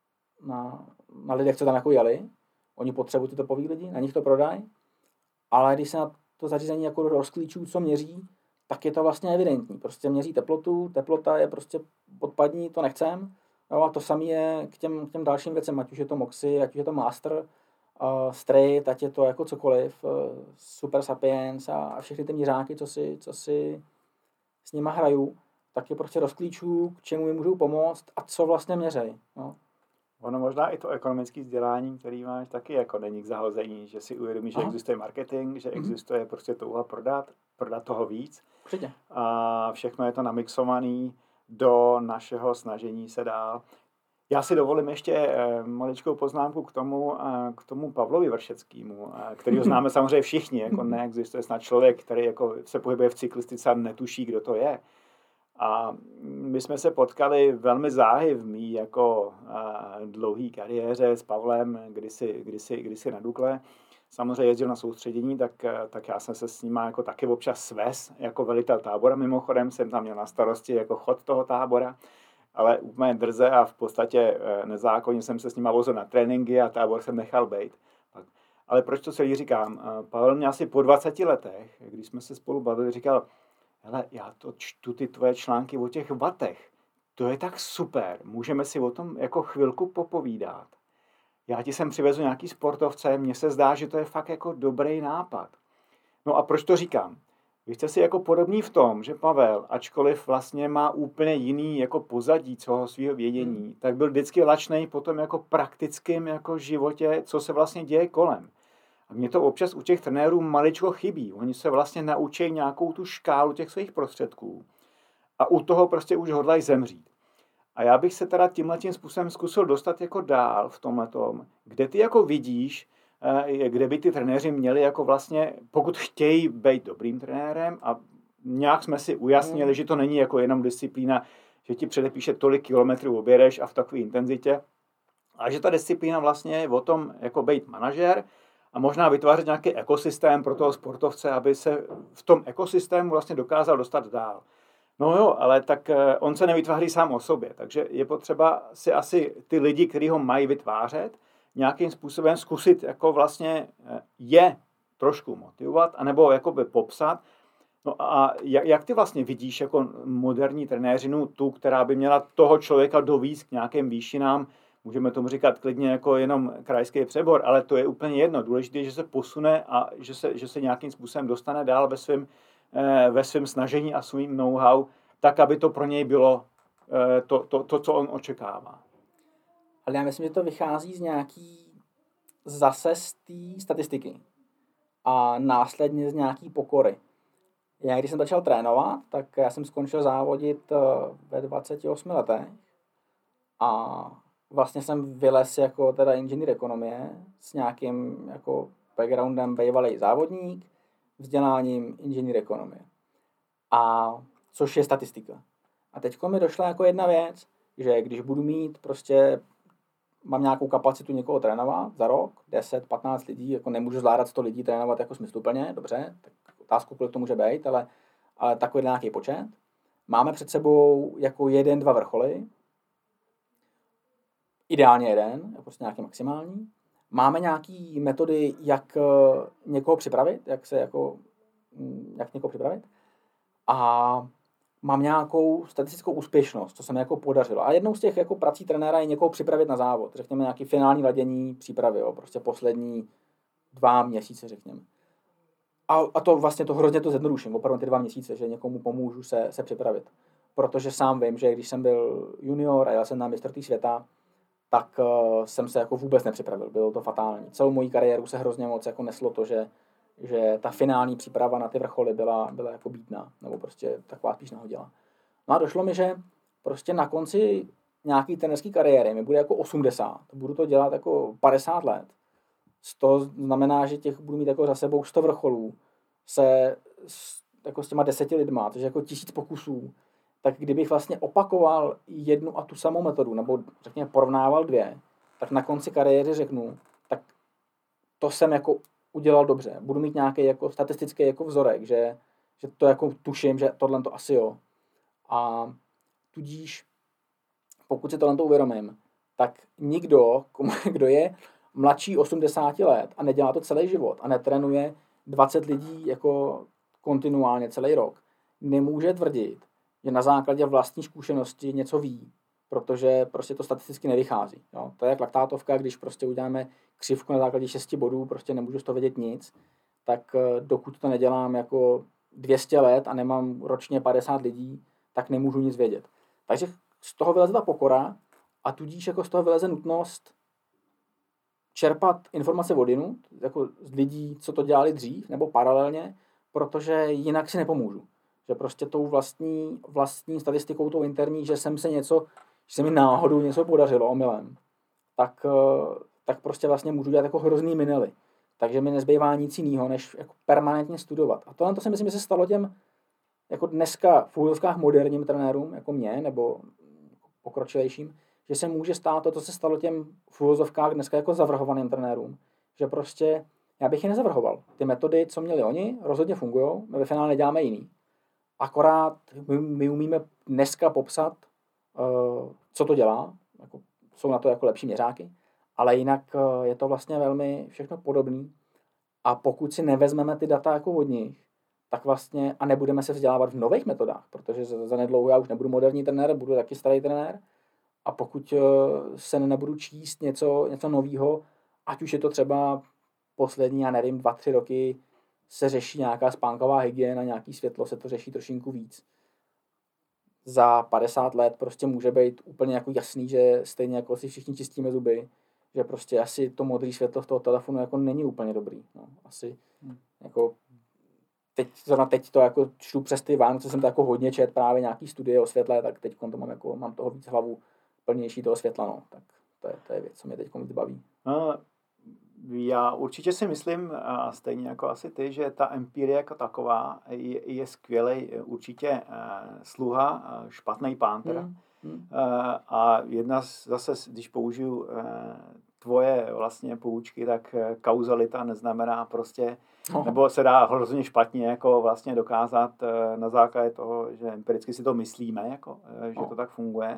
na, na lidech, co tam jako jeli, oni potřebují ty topový lidi, na nich to prodají, ale když se na to zařízení jako rozklíčují, co měří, tak je to vlastně evidentní, prostě měří teplotu, teplota je prostě odpadní, to nechcem, jo, a to samé je k těm, k těm dalším věcem, ať už je to Moxy, ať už je to Master, Uh, Straight, ať je to jako cokoliv, uh, Super Sapiens a, a všechny ty mířáky, co si, co si s nima hraju, tak je prostě rozklíčuju, k čemu mi můžou pomoct a co vlastně měřej. No. Ono možná i to ekonomické vzdělání, který máš, taky jako není k zahození, že si uvědomíš, že existuje marketing, že existuje mm-hmm. prostě touha prodat, prodat toho víc. Určitě. A všechno je to namixovaný do našeho snažení se dál. Já si dovolím ještě maličkou poznámku k tomu, k tomu Pavlovi Vršeckému, kterýho známe samozřejmě všichni, jako neexistuje snad člověk, který jako se pohybuje v cyklistice a netuší, kdo to je. A my jsme se potkali velmi záhy v mý jako dlouhý kariéře s Pavlem, kdysi, kdysi, kdysi na Dukle. Samozřejmě jezdil na soustředění, tak, tak já jsem se s ním jako taky občas svez, jako velitel tábora mimochodem, jsem tam měl na starosti jako chod toho tábora. Ale úplně drze a v podstatě nezákonně jsem se s nima vozil na tréninky a tábor jsem nechal bejt. Ale proč to celý říkám? Pavel mě asi po dvaceti letech, když jsme se spolu bavili, říkal, hele, já to čtu ty tvoje články o těch vatech. To je tak super, můžeme si o tom jako chvilku popovídat. Já ti sem přivezu nějaký sportovce, mně se zdá, že to je fakt jako dobrý nápad. No a proč to říkám? Vy jste si jako podobní v tom, že Pavel, ačkoliv vlastně má úplně jiný jako pozadí toho svého vědění, hmm. tak byl vždycky lačnej po tom jako praktickém jako životě, co se vlastně děje kolem. A mně to občas u těch trenérů maličko chybí. Oni se vlastně naučí nějakou tu škálu těch svých prostředků. a u toho prostě už hodlají zemřít. A já bych se teda tímhletím způsobem zkusil dostat jako dál v tomhletom, kde ty jako vidíš, kde by ty trenéři měli jako vlastně, pokud chtějí být dobrým trenérem a nějak jsme si ujasnili, hmm. že to není jako jenom disciplína, že ti předepíše tolik kilometrů objedeš a v takové intenzitě, a že ta disciplína vlastně je o tom jako být manažer a možná vytvářet nějaký ekosystém pro toho sportovce, aby se v tom ekosystému vlastně dokázal dostat dál. No jo, ale tak on se nevytváří sám o sobě, takže je potřeba si asi ty lidi, kteří ho mají vytvářet, nějakým způsobem zkusit jako vlastně je trošku motivovat, anebo jakoby popsat. No a jak ty vlastně vidíš jako moderní trenéřinu, tu, která by měla toho člověka dovízt k nějakým výšinám, můžeme tomu říkat klidně jako jenom krajský přebor, ale to je úplně jedno. Důležité je, že se posune a že se, že se nějakým způsobem dostane dál ve svém ve svém snažení a svým know-how, tak, aby to pro něj bylo to, to, to, co on očekává. Ale já myslím, že to vychází z nějaký zase z té statistiky a následně z nějaký pokory. Já když jsem začal trénovat, tak já jsem skončil závodit ve dvaceti osmi letech a vlastně jsem vylez jako teda inženýr ekonomie s nějakým jako backgroundem bývalý závodník, vzděláním inženýr ekonomie. A což je statistika. A teďko mi došla jako jedna věc, že když budu mít prostě, mám nějakou kapacitu někoho trénovat za rok, deset patnáct lidí, jako nemůžu zvládat sto lidí trénovat jako smysluplně, dobře, tak otázku, kolik to může být, ale, ale takový nějaký počet. Máme před sebou jako jeden, dva vrcholy, ideálně jeden, prostě nějaký maximální. Máme nějaké metody, jak někoho připravit, jak se jako, jak někoho připravit. A mám nějakou statistickou úspěšnost, co se mi jako podařilo. A jednou z těch jako prací trenéra je někoho připravit na závod. Řekněme nějaký finální ladění přípravy, jo, prostě poslední dva měsíce, řekněme. A, a to vlastně to hrozně to zjednoduším, opravdu ty dva měsíce, že někomu pomůžu se, se připravit. Protože sám vím, že když jsem byl junior a jel jsem na mistrovství světa, tak uh, jsem se jako vůbec nepřipravil. Bylo to fatální. Celou moji kariéru se hrozně moc jako neslo to, že, že ta finální příprava na ty vrcholy byla, byla jako bídná, nebo prostě taková spíš nahodila. No a došlo mi, že prostě na konci nějaký trenerské kariéry mi bude jako osmdesát. Budu to dělat jako padesát let. To znamená, že těch budu mít jako za sebou sto vrcholů se s, jako s těma deseti lidma, takže jako tisíc pokusů. Tak kdybych vlastně opakoval jednu a tu samou metodu, nebo řekněme porovnával dvě, tak na konci kariéry řeknu, tak to jsem jako udělal dobře. Budu mít nějaký jako statistický jako vzorek, že, že to jako tuším, že tohle to asi jo. A tudíž, pokud si tohle to uvědomím, tak nikdo, kdo je mladší osmdesáti let a nedělá to celý život a netrénuje dvacet lidí jako kontinuálně celý rok, nemůže tvrdit, že na základě vlastní zkušenosti něco ví, protože prostě to statisticky nevychází. Jo? To je jak laktátovka, když prostě uděláme křivku na základě šesti bodů, prostě nemůžu z toho vědět nic, tak dokud to nedělám jako dvě stě let a nemám ročně padesát lidí, tak nemůžu nic vědět. Takže z toho vyleze ta pokora a tudíž jako z toho vyleze nutnost čerpat informace od jinut, jako z lidí, co to dělali dřív, nebo paralelně, protože jinak si nepomůžu. Že prostě tou vlastní, vlastní statistikou, tou interní, že jsem se něco, že se mi náhodou něco podařilo omylem, tak, tak prostě vlastně můžu dělat jako hrozný minely. Takže mi nezbývá nic jiného, než jako permanentně studovat. A tohle to si myslím, že se stalo těm jako dneska v úvodovkách moderním trenérům, jako mě, nebo pokročilejším, že se může stát to, co se stalo těm v úvozovkách dneska jako zavrhovaným trenérům. Že prostě já bych je nezavrhoval. Ty metody, co měli oni, rozhodně fungují, my ve finále děláme jiný. Akorát my, my umíme dneska popsat, uh, co to dělá, jako, jsou na to jako lepší měřáky, ale jinak uh, je to vlastně velmi všechno podobný. A pokud si nevezmeme ty data jako od nich, tak vlastně a nebudeme se vzdělávat v nových metodách, protože za, za nedlouho já už nebudu moderní trenér, budu taky starý trenér. A pokud uh, se nebudu číst něco, něco nového, ať už je to třeba poslední, já nevím, dva, tři roky, se řeší nějaká spánková hygiena, nějaký světlo, se to řeší trošinku víc. Za padesát let prostě může být úplně jako jasný, že stejně jako si všichni čistíme zuby, že prostě asi to modré světlo v toho telefonu jako není úplně dobrý. No, asi hmm. jako teď, zrovna teď to jako čtu přes ty Vánoce, jsem to jako hodně čet právě nějaký studie o světle, tak teď to mám, jako, mám toho víc hlavu plnější toho světla, no. Tak to je, to je věc, co mě teď víc baví. No, já určitě si myslím, a stejně jako asi ty, že ta empirie jako taková je, je skvělý určitě sluha, špatný pán teda. Hmm. Hmm. A jedna z, zase, když použiju tvoje vlastně poučky, tak kauzalita neznamená prostě, oh. nebo se dá hrozně špatně jako vlastně dokázat na základě toho, že empiricky si to myslíme, jako, že oh. to tak funguje.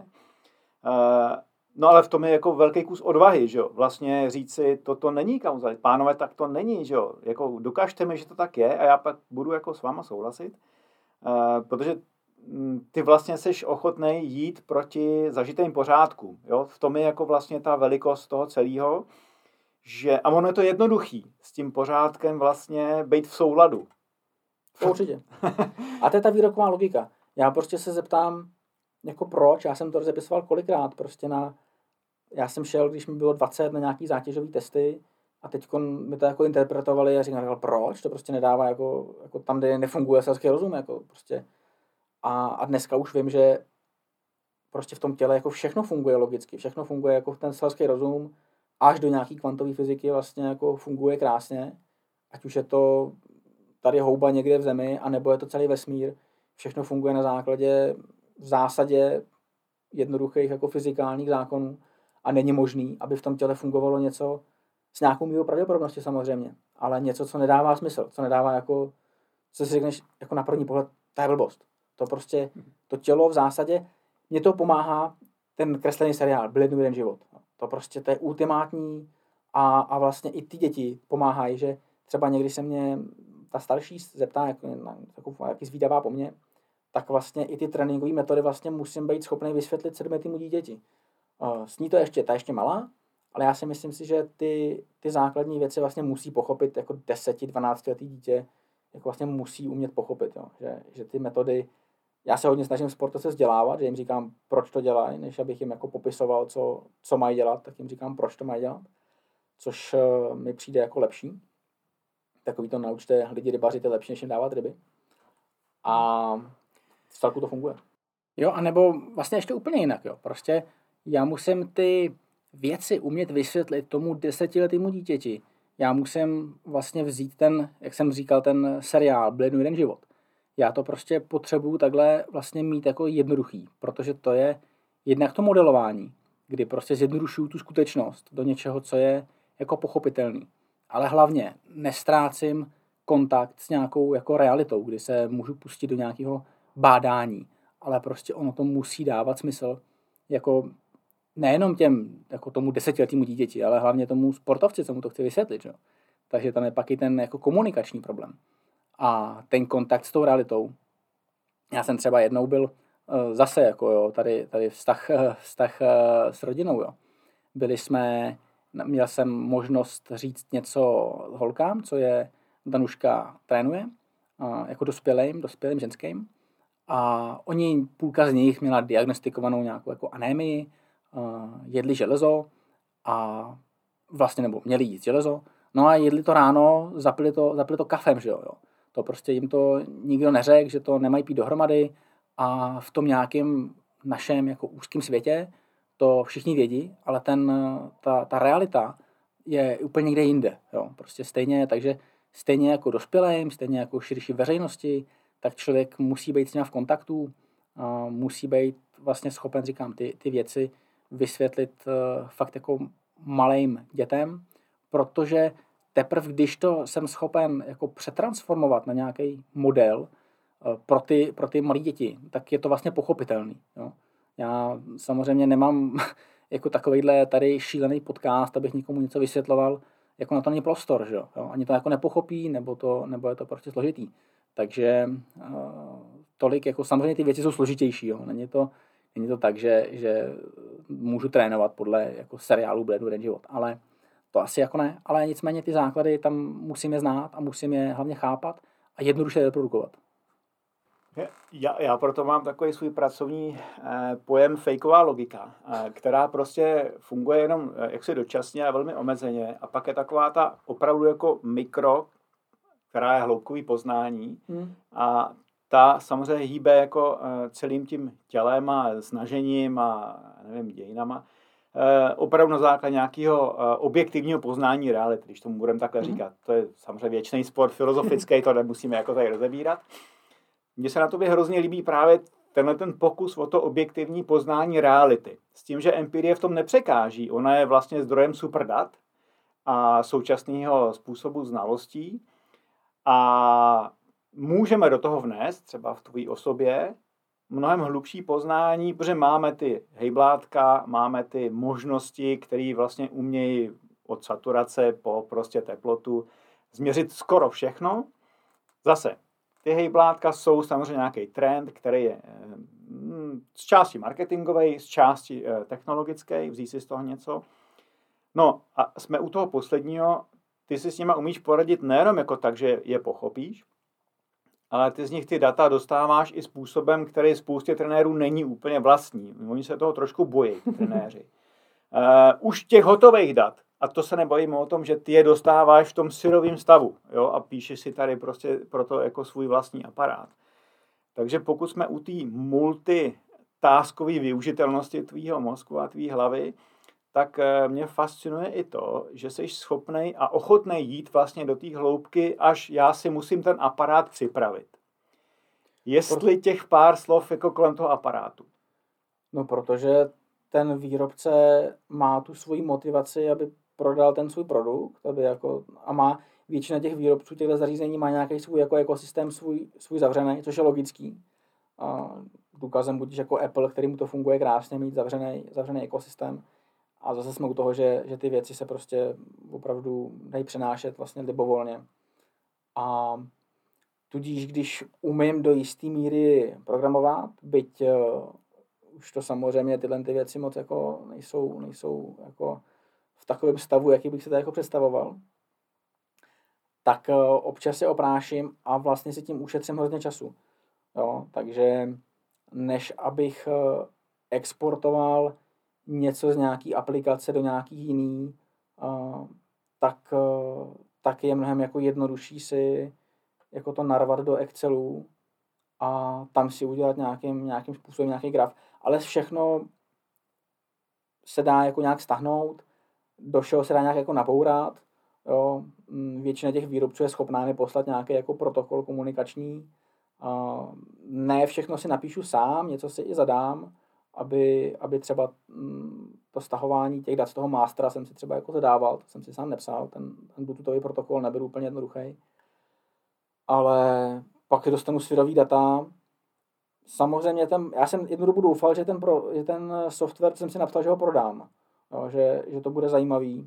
No ale v tom je jako velký kus odvahy, že jo, vlastně říct si, toto není kauzalita, pánové, tak to není, že jo, jako dokažte mi, že to tak je a já pak budu jako s váma souhlasit, protože ty vlastně seš ochotnej jít proti zažitým pořádkům. Jo? V tom je jako vlastně ta velikost toho celého, že, a ono je to jednoduchý, s tím pořádkem vlastně být v souladu. To určitě. A to je ta výroková logika. Já prostě se zeptám, jako proč, já jsem to rozepisoval kolikrát, prostě na, já jsem šel, když mi bylo dvacet na nějaký zátěžový testy a teď mi to jako interpretovali a říkal, proč, to prostě nedává, jako, jako tam, kde nefunguje selský rozum, jako prostě. A, a dneska už vím, že prostě v tom těle jako všechno funguje logicky, všechno funguje jako ten selský rozum, až do nějaký kvantové fyziky vlastně jako funguje krásně, ať už je to tady houba někde v zemi, anebo je to celý vesmír, všechno funguje na základě v zásadě jednoduchých jako fyzikálních zákonů a není možný, aby v tom těle fungovalo něco s nějakou mírou pravděpodobnosti samozřejmě, ale něco, co nedává smysl, co nedává jako, co si řekneš jako na první pohled, to je blbost. To prostě, to tělo v zásadě, mě to pomáhá ten kreslený seriál, Byl jednou jeden život. To prostě, to je ultimátní a, a vlastně i ty děti pomáhají, že třeba někdy se mě ta starší zeptá, jako, jako, jaký zvídavá po mně, tak vlastně i ty tréninkové metody vlastně musím být schopný vysvětlit sedmiletýmu dítěti. Sní to ještě, ta ještě malá, ale já si myslím si, že ty, ty základní věci vlastně musí pochopit jako deset dvanáct letý dítě, jako vlastně musí umět pochopit, jo. Že, že ty metody, já se hodně snažím sportovce vzdělávat, že jim říkám, proč to dělají, než abych jim jako popisoval, co, co mají dělat, tak jim říkám, proč to mají dělat, což uh, mi přijde jako lepší. Takový to naučte lidi rybařit je lepší, než jim dávat ryby. A v celku to funguje. Jo, anebo vlastně ještě úplně jinak, jo. Prostě já musím ty věci umět vysvětlit tomu desetiletýmu dítěti. Já musím vlastně vzít ten, jak jsem říkal, ten seriál Byl jednou jeden život. Já to prostě potřebuju takhle vlastně mít jako jednoduchý, protože to je jednak to modelování, kdy prostě zjednodušuju tu skutečnost do něčeho, co je jako pochopitelný. Ale hlavně nestrácím kontakt s nějakou jako realitou, kdy se můžu pustit do nějakého bádání, ale prostě ono to musí dávat smysl, jako nejenom těm, jako tomu desetiletýmu dítěti, ale hlavně tomu sportovci, co mu to chci vysvětlit. Že? Takže tam je pak i ten jako komunikační problém. A ten kontakt s tou realitou. Já jsem třeba jednou byl uh, zase, jako jo, tady, tady vztah, vztah uh, s rodinou. Jo. Byli jsme, měl jsem možnost říct něco holkám, co je Danuška trénuje, uh, jako dospělým, dospělým ženským. A oni, půlka z nich měla diagnostikovanou nějakou jako anémii, jedli železo a vlastně, nebo měli jíst železo, no a jedli to ráno, zapili to, zapili to kafem, že jo, jo. To prostě jim to nikdo neřekl, že to nemají pít dohromady a v tom nějakém našem jako úzkém světě to všichni vědí, ale ten, ta, ta realita je úplně někde jinde, jo. Prostě stejně, takže stejně jako dospělým, stejně jako širší veřejnosti, tak člověk musí být s ním v kontaktu, a musí být vlastně schopen, říkám, ty, ty věci vysvětlit uh, fakt jako malým dětem, protože teprve, když to jsem schopen jako přetransformovat na nějaký model uh, pro ty, pro ty malé děti, tak je to vlastně pochopitelný. Jo. Já samozřejmě nemám jako takovejhle tady šílený podcast, abych někomu něco vysvětloval, jako na to není prostor, že jo. Ani to jako nepochopí, nebo, to, nebo je to prostě složitý. Takže uh, tolik, jako samozřejmě ty věci jsou složitější, jo. Není to Není to tak, že, že můžu trénovat podle jako seriálu Byl jednou jeden život, ale to asi jako ne. Ale nicméně ty základy tam musím je znát a musím je hlavně chápat a jednoduše reprodukovat. Já, já proto mám takový svůj pracovní eh, pojem fejková logika, eh, která prostě funguje jenom eh, jaksi dočasně a velmi omezeně a pak je taková ta opravdu jako mikro, která je hloubkový poznání Hmm. a ta samozřejmě hýbe jako celým tím tělem a snažením a nevím, dějinama, opravdu na základě nějakého objektivního poznání reality, když tomu budeme takhle mm. říkat. To je samozřejmě věčný sport filozofický, to nemusíme jako tady rozebírat. Mně se na tobě hrozně líbí právě tenhle ten pokus o to objektivní poznání reality. S tím, že empirie v tom nepřekáží. Ona je vlastně zdrojem superdat a současného způsobu znalostí a můžeme do toho vnést, třeba v tvojí osobě, mnohem hlubší poznání, protože máme ty hejblátka, máme ty možnosti, které vlastně umějí od saturace po prostě teplotu změřit skoro všechno. Zase, ty hejblátka jsou samozřejmě nějaký trend, který je z části marketingový, z části technologický, vzít si z toho něco. No a jsme u toho posledního, ty si s nima umíš poradit nejenom jako tak, že je pochopíš, ale ty z nich ty data dostáváš i způsobem, který spoustě trenérů není úplně vlastní. Oni se toho trošku bojí, trenéři. Uh, už těch hotových dat, a to se nebojíme o tom, že ty je dostáváš v tom syrovém stavu, jo, a píšeš si tady prostě proto jako svůj vlastní aparát. Takže pokud jsme u té multitaskové využitelnosti tvýho mozku a tvý hlavy, tak mě fascinuje i to, že jsi schopnej a ochotnej jít vlastně do té hloubky, až já si musím ten aparát připravit. Jestli těch pár slov jako kolem toho aparátu. No, protože ten výrobce má tu svoji motivaci, aby prodal ten svůj produkt, aby jako, a má většina těch výrobců těchto zařízení má nějaký svůj jako ekosystém svůj, svůj zavřený, což je logický. A důkazem budíš jako Apple, který mu to funguje krásně, mít zavřený, zavřený ekosystém. A zase jsme u toho, že, že ty věci se prostě opravdu dají přenášet vlastně libovolně. A tudíž, když umím do jisté míry programovat, byť uh, už to samozřejmě tyhle ty věci moc jako nejsou, nejsou jako v takovém stavu, jaký bych si to jako představoval, tak uh, občas se opráším a vlastně si tím ušetřím hrozně času. Jo? Takže než abych uh, exportoval něco z nějaký aplikace do nějaký jiný, uh, tak, uh, tak je mnohem jako jednodušší si jako to narvat do Excelu a tam si udělat nějakým, nějakým způsobem nějaký graf. Ale všechno se dá jako nějak stahnout, do všeho se dá nějak jako nabourat. Jo. Většina těch výrobců je schopná mi poslat nějaký jako protokol komunikační. Uh, ne všechno si napíšu sám, něco si i zadám, aby, aby třeba mm, to stahování těch dat z toho mastera jsem si třeba jako zadával, to jsem si sám nepsal, ten, ten bluetoothový protokol nebyl úplně jednoduchý. Ale pak dostanu svěrový data. Samozřejmě ten, já jsem jednu dobu doufal, že ten, pro, že ten software jsem si napsal, že ho prodám, jo, že, že to bude zajímavý,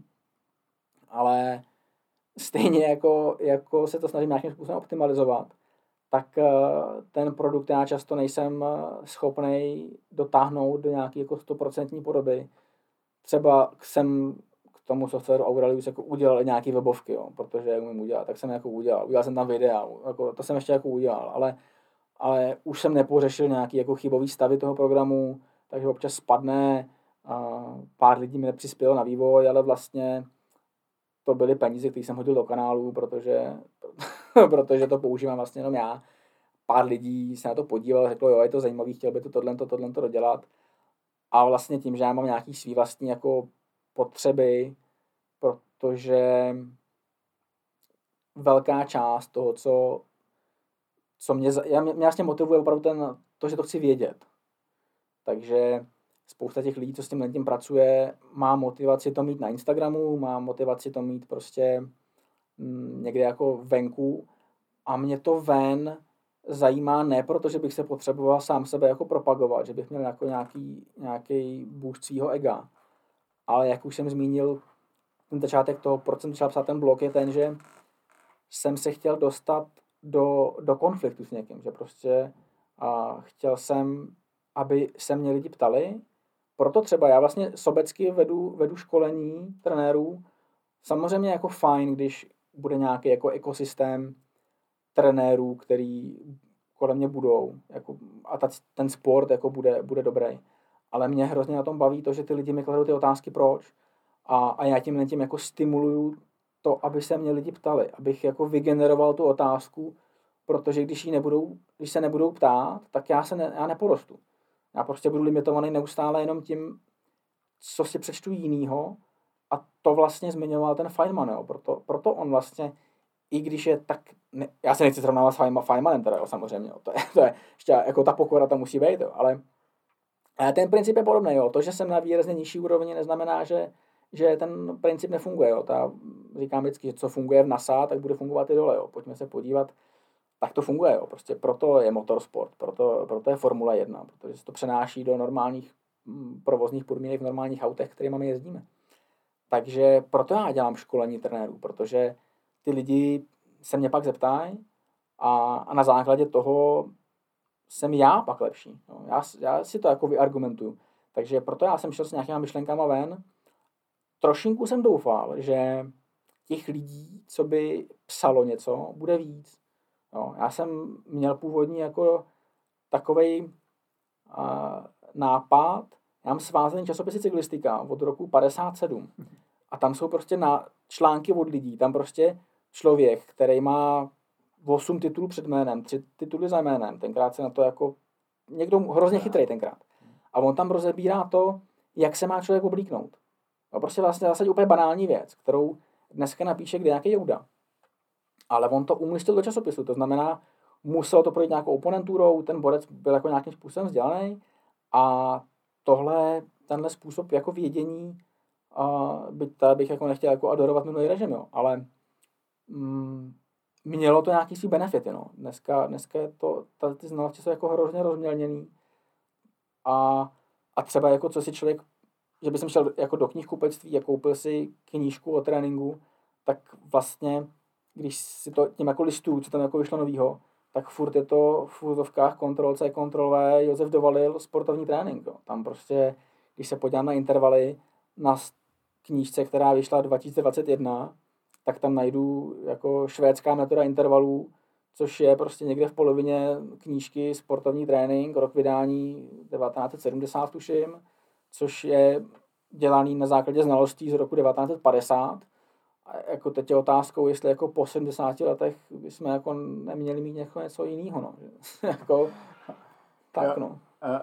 ale stejně jako, jako se to snažím nějakým způsobem optimalizovat, tak ten produkt já často nejsem schopný dotáhnout do nějaké jako sto procent podoby. Třeba jsem k tomu softwaru Aurelius jako udělal nějaký webovky, jo, protože umím udělat, tak jsem jako udělal. Udělal jsem tam videa, jako, to jsem ještě jako udělal, ale, ale už jsem nepořešil nějaký jako chybový stavy toho programu, takže občas spadne, a pár lidí mi nepřispělo na vývoj, ale vlastně to byly peníze, které jsem hodil do kanálu, protože, protože to používám vlastně jenom já. Pár lidí se na to podíval, řeklo, jo, je to zajímavý, chtěl by to tohle, tohle dodělat. A vlastně tím, že já mám nějaký svý vlastní jako potřeby, protože velká část toho, co, co mě, já, mě vlastně motivuje opravdu ten, to, že to chci vědět. Takže spousta těch lidí, co s tím tím pracuje, má motivaci to mít na Instagramu, má motivaci to mít prostě m, někde jako venku a mě to ven zajímá ne proto, že bych se potřeboval sám sebe jako propagovat, že bych měl jako nějaký, nějaký boost svýho ega. Ale jak už jsem zmínil, ten začátek toho, proč jsem začal psát ten blog, je ten, že jsem se chtěl dostat do, do konfliktu s někým, že prostě a chtěl jsem, aby se mě lidi ptali. Proto třeba já vlastně sobecky vedu, vedu školení trenérů. Samozřejmě jako fajn, když bude nějaký jako ekosystém trenérů, který kolem mě budou. Jako, a ta, ten sport jako bude, bude dobrý. Ale mě hrozně na tom baví to, že ty lidi mi kladou ty otázky proč. A, a já tím tím jako stimuluju to, aby se mě lidi ptali, abych jako vygeneroval tu otázku, protože když, jí nebudou, když se nebudou ptát, tak já, se ne, já neporostu. Já prostě budu limitovaný neustále jenom tím, co si přečtu jinýho, a to vlastně zmiňoval ten Feynman, jo. Proto, proto on vlastně, i když je tak, ne, já se nechci srovnávat s Feynmanem teda, jo, samozřejmě, jo. To, je, to je ještě, jako ta pokora tam musí být, jo. Ale ten princip je podobný, jo. To, že jsem na výrazně nižší úrovni, neznamená, že, že ten princip nefunguje, jo. Ta, říkám vždycky, že co funguje v NASA, tak bude fungovat i dole, jo. Pojďme se podívat, tak to funguje, jo. Prostě proto je motorsport, proto, proto je Formule jedna, protože se to přenáší do normálních m, provozních podmínek v normálních autech, kterými my jezdíme. Takže proto já dělám školení trenérů, protože ty lidi se mě pak zeptají a, a na základě toho jsem já pak lepší. No, já, já si to jako vyargumentuju. Takže proto já jsem šel s nějakýma myšlenkama ven. Trošinku jsem doufal, že těch lidí, co by psalo něco, bude víc. No, já jsem měl původní jako takovej uh, nápad. Já mám svázaný časopisy Cyklistika od roku padesát sedm. A tam jsou prostě na články od lidí. Tam prostě člověk, který má osm titulů před jménem, tři tituly za jménem. Tenkrát se na to jako někdo hrozně chytrý tenkrát. A on tam rozebírá to, jak se má člověk oblíknout. No prostě vlastně zase úplně banální věc, kterou dneska napíše kde nějaký Jouda. Ale on to umístil do časopisu. To znamená, musel to projít nějakou oponenturou, ten borec byl jako nějakým způsobem vzdělaný a tohle, tenhle způsob jako vědění, uh, byť tady bych jako nechtěl jako adorovat minulý režim, jo, ale mm, mělo to nějaký svý benefity, no. Dneska, dneska je to, tady ty znalosti jsou jako hrozně rozmělněný a, a třeba jako co si člověk, že by jsem šel jako do knihkupectví a koupil si knížku o tréninku, tak vlastně, když si to tím jako listuju, co tam jako vyšlo novýho, tak furt je to v úzovkách Ctrl C, Ctrl V, Josef Dovalil, sportovní trénink. Jo. Tam prostě, když se podívám na intervaly na knížce, která vyšla dva tisíce dvacet jedna, tak tam najdu jako švédská metoda intervalů, což je prostě někde v polovině knížky sportovní trénink, rok vydání devatenáct set sedmdesát, tuším, což je dělaný na základě znalostí z roku devatenáct set padesát. A jako teď je otázkou, jestli jako po sedmdesáti letech bychom jako neměli mít něco, něco jiného, no. jako, tak, no.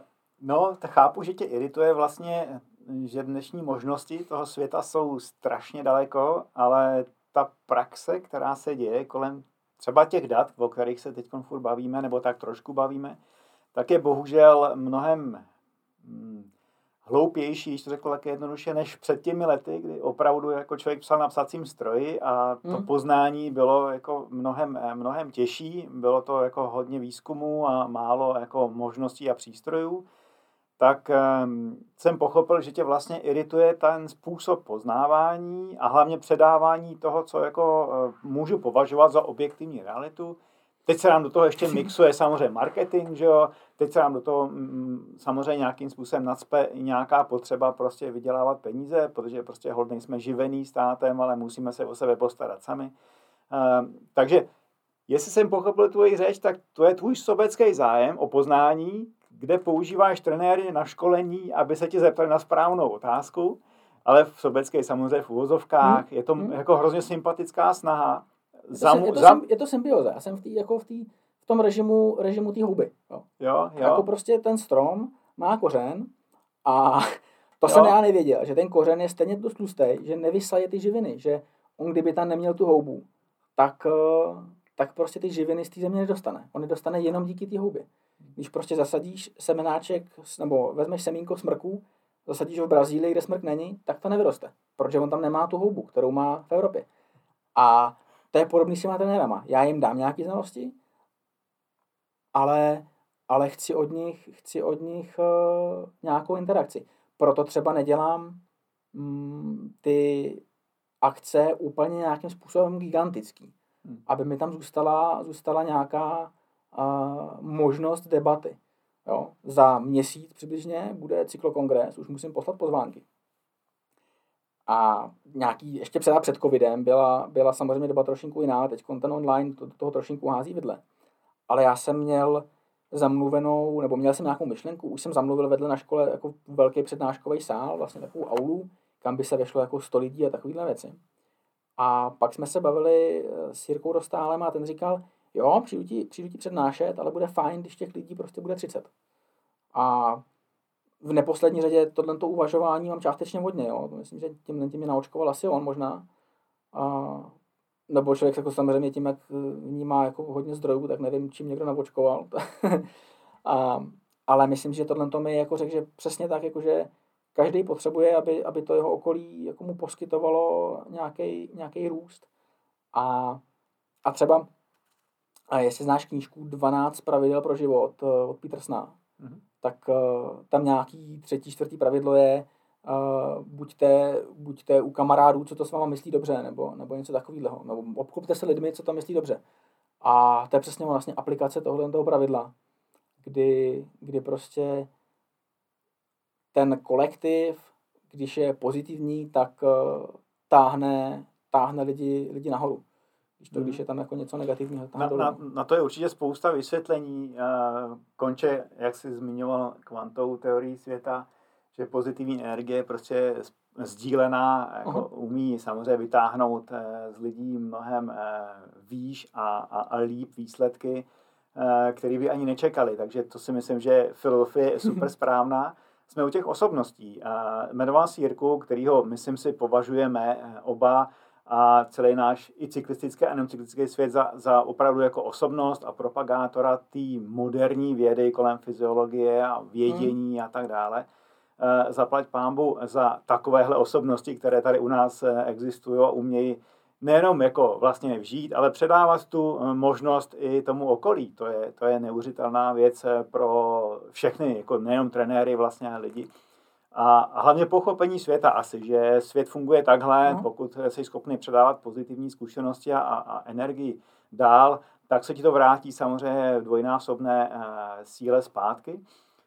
No, tak chápu, že tě irituje vlastně, že dnešní možnosti toho světa jsou strašně daleko, ale ta praxe, která se děje kolem třeba těch dat, o kterých se teď furt bavíme, nebo tak trošku bavíme, tak je bohužel mnohem hm, hloupější, když to řekl také jednoduše, než před těmi lety, kdy opravdu jako člověk psal na psacím stroji a to hmm. poznání bylo jako mnohem, mnohem těžší, bylo to jako hodně výzkumu a málo jako možností a přístrojů, tak um, jsem pochopil, že tě vlastně irituje ten způsob poznávání a hlavně předávání toho, co jako uh, můžu považovat za objektivní realitu. Teď se nám do toho ještě mixuje samozřejmě marketing, že jo? Teď se nám do toho mm, samozřejmě nějakým způsobem nacpe nějaká potřeba prostě vydělávat peníze, protože prostě hodně jsme živený státem, ale musíme se o sebe postarat sami. Uh, takže jestli jsem pochopil tvoji řeč, tak to je tvůj sobecký zájem o poznání, kde používáš trenéry na školení, aby se ti zeptali na správnou otázku, ale v sobecké samozřejmě v uvozovkách. Hmm. Je to hmm. jako hrozně sympatická snaha. Je to, je to, zam... je to symbioza. Já jsem v, tý, jako v, tý, v tom režimu, režimu té houby. Jo. Jo, jo. Jako prostě ten strom má kořen a to jo. jsem já nevěděl, že ten kořen je stejně dost tlustý, že nevysaje ty živiny, že on kdyby tam neměl tu houbu, tak, tak prostě ty živiny z té země nedostane. On nedostane jenom díky té houbě. Když prostě zasadíš semenáček, nebo vezmeš semínko smrku, zasadíš ho v Brazílii, kde smrk není, tak to nevyroste, protože on tam nemá tu houbu, kterou má v Evropě. A to je podobný s těma trenérama. Já jim dám nějaké znalosti, ale, ale chci od nich, chci od nich uh, nějakou interakci. Proto třeba nedělám mm, ty akce úplně nějakým způsobem gigantický. Hmm. Aby mi tam zůstala, zůstala nějaká uh, možnost debaty. Jo? Za měsíc přibližně bude cyklokongres, už musím poslat pozvánky. A nějaký, ještě před, před covidem byla, byla samozřejmě doba trošinku jiná, teď ten online to, toho trošinku hází vidle. Ale já jsem měl zamluvenou, nebo měl jsem nějakou myšlenku, už jsem zamluvil vedle na škole jako velký přednáškový sál, vlastně takovou aulu, kam by se vešlo jako sto lidí a takovýhle věci. A pak jsme se bavili s Jirkou Dostálem a ten říkal, jo, přijdu ti, přijdu ti přednášet, ale bude fajn, když těch lidí prostě bude třicet. A v neposlední řadě tohleto uvažování mám částečně hodně, jo. Myslím, že tímhle tím mě naočkoval asi on možná. A, nebo člověk jako samozřejmě tím, jak vnímá jako hodně zdrojů, tak nevím, čím někdo naočkoval. a, ale myslím, že tohle mi jako řekl, že přesně tak, jakože každý potřebuje, aby, aby to jeho okolí jako mu poskytovalo nějaký růst. A, a třeba, a jestli znáš knížku dvanáct pravidel pro život od Petersona, mm-hmm. tak uh, tam nějaký třetí, čtvrtý pravidlo je uh, buďte, buďte u kamarádů, co to s váma myslí dobře, nebo, nebo něco takového. Nebo obklopte se lidmi, co to myslí dobře. A to je přesně vlastně aplikace tohoto toho pravidla, kdy, kdy prostě ten kolektiv, když je pozitivní, tak uh, táhne, táhne lidi, lidi nahoru. Když, to, hmm. když je tam jako něco negativního. Na, na, na to je určitě spousta vysvětlení. Uh, konče, jak jsi zmiňoval kvantovou teorii světa, že pozitivní energie je prostě sdílená, jako uh-huh. umí samozřejmě vytáhnout uh, z lidí mnohem uh, výš a, a, a líp výsledky, uh, které by ani nečekali. Takže to si myslím, že filozofie je super správná. Jsme u těch osobností. Jmenoval si Jirku, kterýho, myslím si, považujeme oba a celý náš i cyklistický a neocyklistický svět za, za opravdu jako osobnost a propagátora té moderní vědy kolem fyziologie a vědění hmm. a tak dále. Zaplať pánbu za takovéhle osobnosti, které tady u nás existují a umějí nejenom jako vlastně vžít, ale předávat tu možnost i tomu okolí. To je, to je neuvěřitelná věc pro všechny, jako nejenom trenéry, vlastně lidi. A hlavně pochopení světa asi, že svět funguje takhle, no. Pokud jsi schopný předávat pozitivní zkušenosti a, a energii dál, tak se ti to vrátí samozřejmě v dvojnásobné uh, síle zpátky.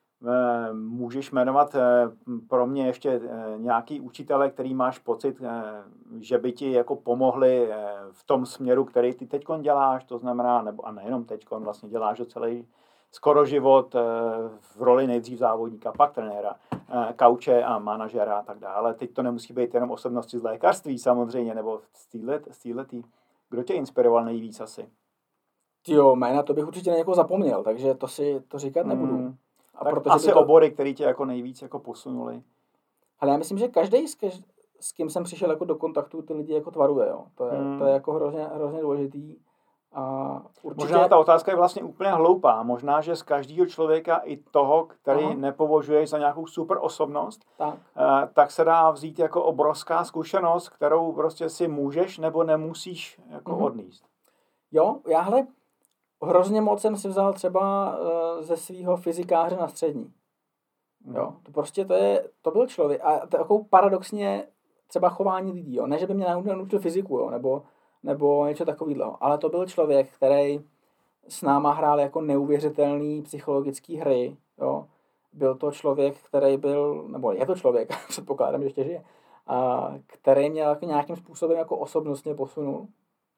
Můžeš jmenovat pro mě ještě nějaký učitele, který máš pocit, že by ti jako pomohli v tom směru, který ty teďkon děláš, to znamená, nebo a nejenom teďkon, vlastně děláš ho celý skoro život v roli nejdřív závodníka, pak trenéra, kauče a manažera a tak dále. Teď to nemusí být jenom osobnosti z lékařství samozřejmě, nebo z téhletý. Kdo tě inspiroval nejvíc asi? Jo, jména to bych určitě jako zapomněl, takže to si to říkat nebudu. Hmm. A tak asi to... obory, které tě jako nejvíc jako posunuli. Ale já myslím, že každý, s, s kým jsem přišel jako do kontaktu, ty lidi jako tvaruje. Jo. To, je, hmm. to je jako hrozně, hrozně důležitý. A určitě... Možná ta otázka je vlastně úplně hloupá. Možná, že z každého člověka i toho, který Aha. nepovažuješ za nějakou super osobnost, tak. Eh, tak se dá vzít jako obrovská zkušenost, kterou prostě si můžeš nebo nemusíš jako hmm. odníst. Jo, já hle, hrozně moc jsem si vzal třeba uh, ze svého fyzikáře na střední. Mm. Jo, to prostě to je, to byl člověk a takovou paradoxně třeba chování lidí, jo, ne, že by mě naučil fyziku, jo, nebo, nebo něco takového, ale to byl člověk, který s náma hrál jako neuvěřitelný psychologický hry, jo. Byl to člověk, který byl, nebo je to člověk, předpokládám, že ještě žije, a který mě jako nějakým způsobem jako osobnostně posunul.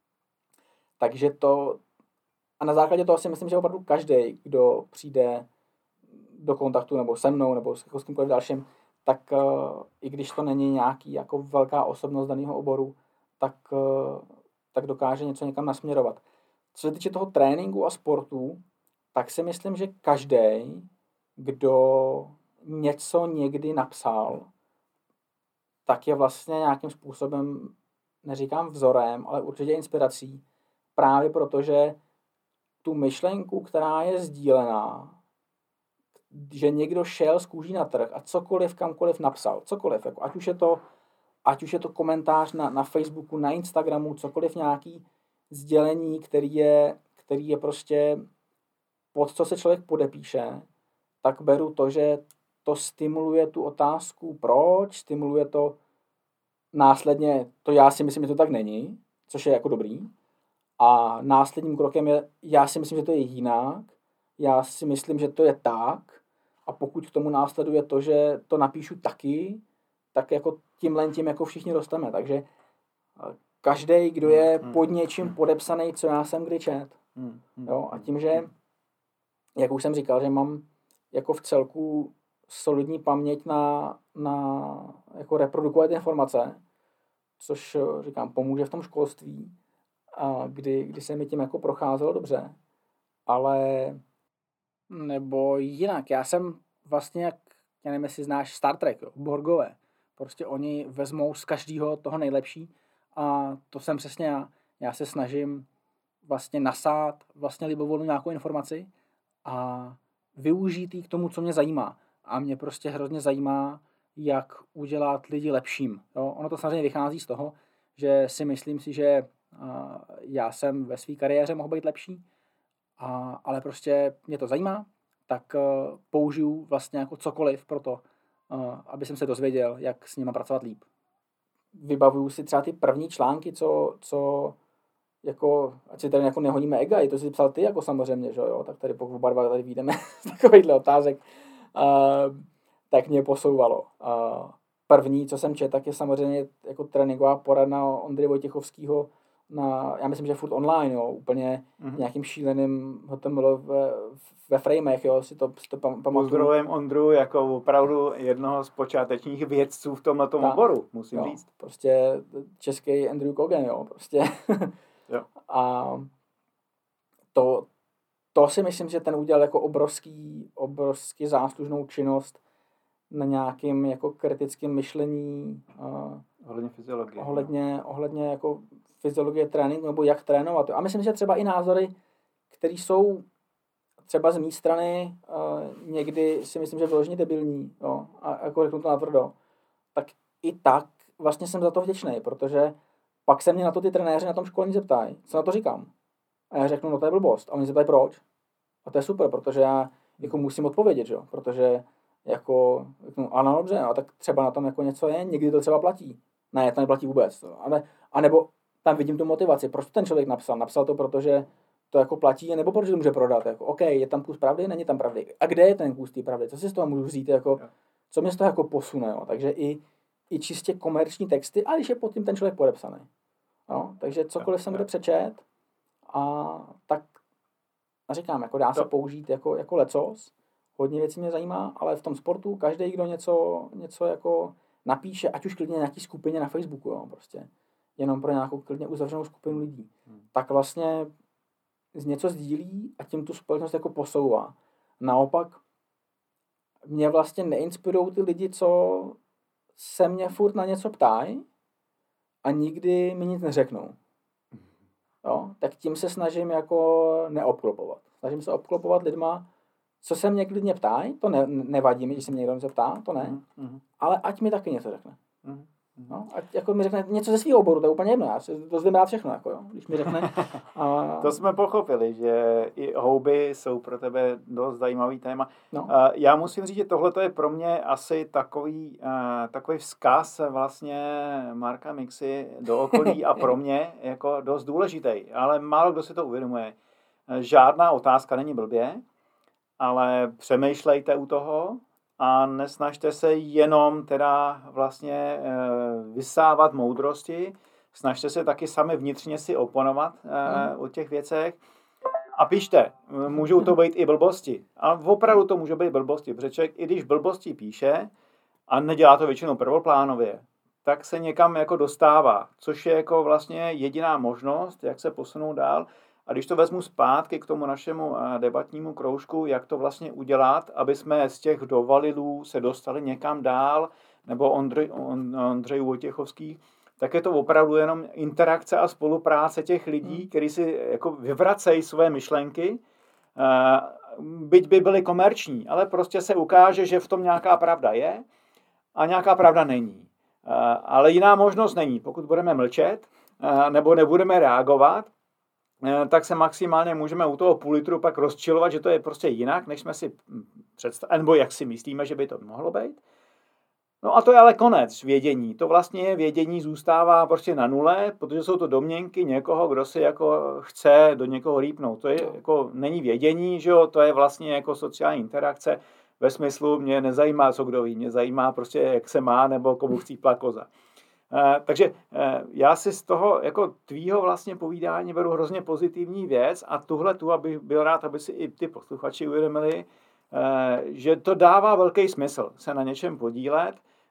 Takže to A na základě toho si myslím, že opravdu každý, kdo přijde do kontaktu nebo se mnou, nebo s, jako s kýmkoliv dalším, tak uh, i když to není nějaký jako velká osobnost daného oboru, tak, uh, tak dokáže něco někam nasměrovat. Co se týče toho tréninku a sportu, tak si myslím, že každý, kdo něco někdy napsal, tak je vlastně nějakým způsobem, neříkám vzorem, ale určitě inspirací, právě protože tu myšlenku, která je sdílená, že někdo šel z kůží na trh a cokoliv, kamkoliv napsal, cokoliv, jako ať už je to, ať už je to komentář na, na Facebooku, na Instagramu, cokoliv nějaký sdělení, který je, který je prostě pod co se člověk podepíše, tak beru to, že to stimuluje tu otázku proč, stimuluje to následně, to já si myslím, že to tak není, což je jako dobrý. A následním krokem je, já si myslím, že to je jinak, já si myslím, že to je tak a pokud k tomu následuje to, že to napíšu taky, tak jako tímhle tím jako všichni rosteme. Takže každý, kdo je pod něčím podepsaný, co já jsem kdy čet. Jo? A tím, že, jak už jsem říkal, že mám jako v celku solidní paměť na, na jako reprodukovat informace, což říkám, pomůže v tom školství, a kdy, kdy se mi tím jako procházelo dobře. Ale nebo jinak, já jsem vlastně, jak, já nevím, jestli znáš Star Trek, jo, Borgové. Prostě oni vezmou z každého toho nejlepší a to jsem přesně já. Já se snažím vlastně nasát vlastně libovolnou nějakou informaci a využít ji k tomu, co mě zajímá. A mě prostě hrozně zajímá, jak udělat lidi lepším. Jo? Ono to samozřejmě vychází z toho, že si myslím si, že uh, já jsem ve své kariéře mohl být lepší, a, ale prostě mě to zajímá, tak uh, použiju vlastně jako cokoliv pro to, uh, aby jsem se dozvěděl, jak s nima pracovat líp. Vybavuju si třeba ty první články, co, co jako, ať si tady jako nehoníme ega, to si psal ty jako samozřejmě, že jo, tak tady pokud oba dva tady vyjdeme z takovýchhle otázek, uh, tak mě posouvalo. Uh, první, co jsem četl, tak je samozřejmě jako tréninková poradna Ondry Vojtěchovskýho na, já myslím, že furt online, jo, úplně mm-hmm. nějakým šíleným H T M L ve, ve framech, jo, si to, si to pamatuju. Pozdrovujem Ondru jako opravdu jednoho z počátečních vědců v tomhletom oboru, musím jo, říct. Prostě český Andrew Kogan, jo, prostě. Jo. A to, to si myslím, že ten udělal jako obrovský, obrovský záslužnou činnost na nějakým jako kritickém myšlení. Ohledně fyziologie. Ohledně, ohledně jako fyziologie tréninku, nebo jak trénovat. A myslím, že třeba i názory, které jsou třeba z mé strany uh, někdy si myslím, že vyloženě debilní, jo, a jako řeknu to natvrdo, tak i tak vlastně jsem za to vděčný, protože pak se mě na to ty trenéři na tom školení zeptají, co na to říkám. A já řeknu, no to je blbost. A oni se ptají proč. A to je super, protože já jako musím odpovědět, jo, protože jako, řeknu, ano, dobře, no, tak třeba na tom jako něco je, někdy to třeba platí. Ne, to neplatí vůbec. Ale, a nebo tam vidím tu motivaci. Proč to ten člověk napsal? Napsal to, protože to jako platí, nebo protože to může prodat. Jako, OK, je tam kus pravdy, není tam pravdy. A kde je ten kus té pravdy? Co si z toho můžu říct? Jako, co mě z toho jako posune? Jo? Takže i, i čistě komerční texty, a když je pod tím ten člověk podepsaný. Jo? Takže cokoliv jsem kde přečet, a tak a říkám, jako dá se použít jako, jako lecos. Hodně věcí mě zajímá, ale v tom sportu každý, kdo něco, něco jako napíše, ať už klidně nějaký skupině na Facebooku, jo, prostě, jenom pro nějakou klidně uzavřenou skupinu lidí, hmm. tak vlastně z něco sdílí a tím tu společnost jako posouvá. Naopak mě vlastně neinspirují ty lidi, co se mě furt na něco ptají a nikdy mi nic neřeknou. Jo? Tak tím se snažím jako neobklopovat. Snažím se obklopovat lidma, co se mě klidně ptají, to ne, nevadí mi, když se mě někdo něco ptá, to ne, mm-hmm. ale ať mi taky něco řekne. Mm-hmm. No, ať jako mi řekne něco ze svého oboru, to je úplně jedno, já si dozvím rád všechno, jako jo, když mi řekne. A... To jsme pochopili, že i houby jsou pro tebe dost zajímavý téma. No. Já musím říct, že tohle je pro mě asi takový, takový vzkaz vlastně Marka Mixy do okolí a pro mě jako dost důležitý, ale málo kdo si to uvědomuje. Žádná otázka není blbě, ale přemýšlejte u toho a nesnažte se jenom teda vlastně vysávat moudrosti, snažte se taky sami vnitřně si oponovat mm. o těch věcech a píšte, můžou to být i blbosti, ale opravdu to může být blbosti, protože člověk, i když blbosti píše a nedělá to většinou prvoplánově, tak se někam jako dostává, což je jako vlastně jediná možnost, jak se posunout dál. A když to vezmu zpátky k tomu našemu debatnímu kroužku, jak to vlastně udělat, aby jsme z těch dovalilů se dostali někam dál, nebo Ondřej, Ondřej Vojtěchovský, tak je to opravdu jenom interakce a spolupráce těch lidí, kteří si jako vyvracejí své myšlenky, byť by byly komerční, ale prostě se ukáže, že v tom nějaká pravda je a nějaká pravda není. Ale jiná možnost není. Pokud budeme mlčet nebo nebudeme reagovat, tak se maximálně můžeme u toho půl litru pak rozčilovat, že to je prostě jinak, než jsme si představili, nebo jak si myslíme, že by to mohlo být. No a to je ale konec vědění. To vlastně vědění zůstává prostě na nule, protože jsou to domněnky někoho, kdo si jako chce do někoho rýpnout. To je jako, není vědění, že jo? To je vlastně jako sociální interakce ve smyslu, mě nezajímá, co kdo ví, mě zajímá prostě, jak se má, nebo komu chcípla koza. Uh, takže uh, já si z toho jako tvýho vlastně povídání beru hrozně pozitivní věc a tuhle tu, abych byl rád, aby si i ty posluchači uvědomili, uh, že to dává velký smysl se na něčem podílet.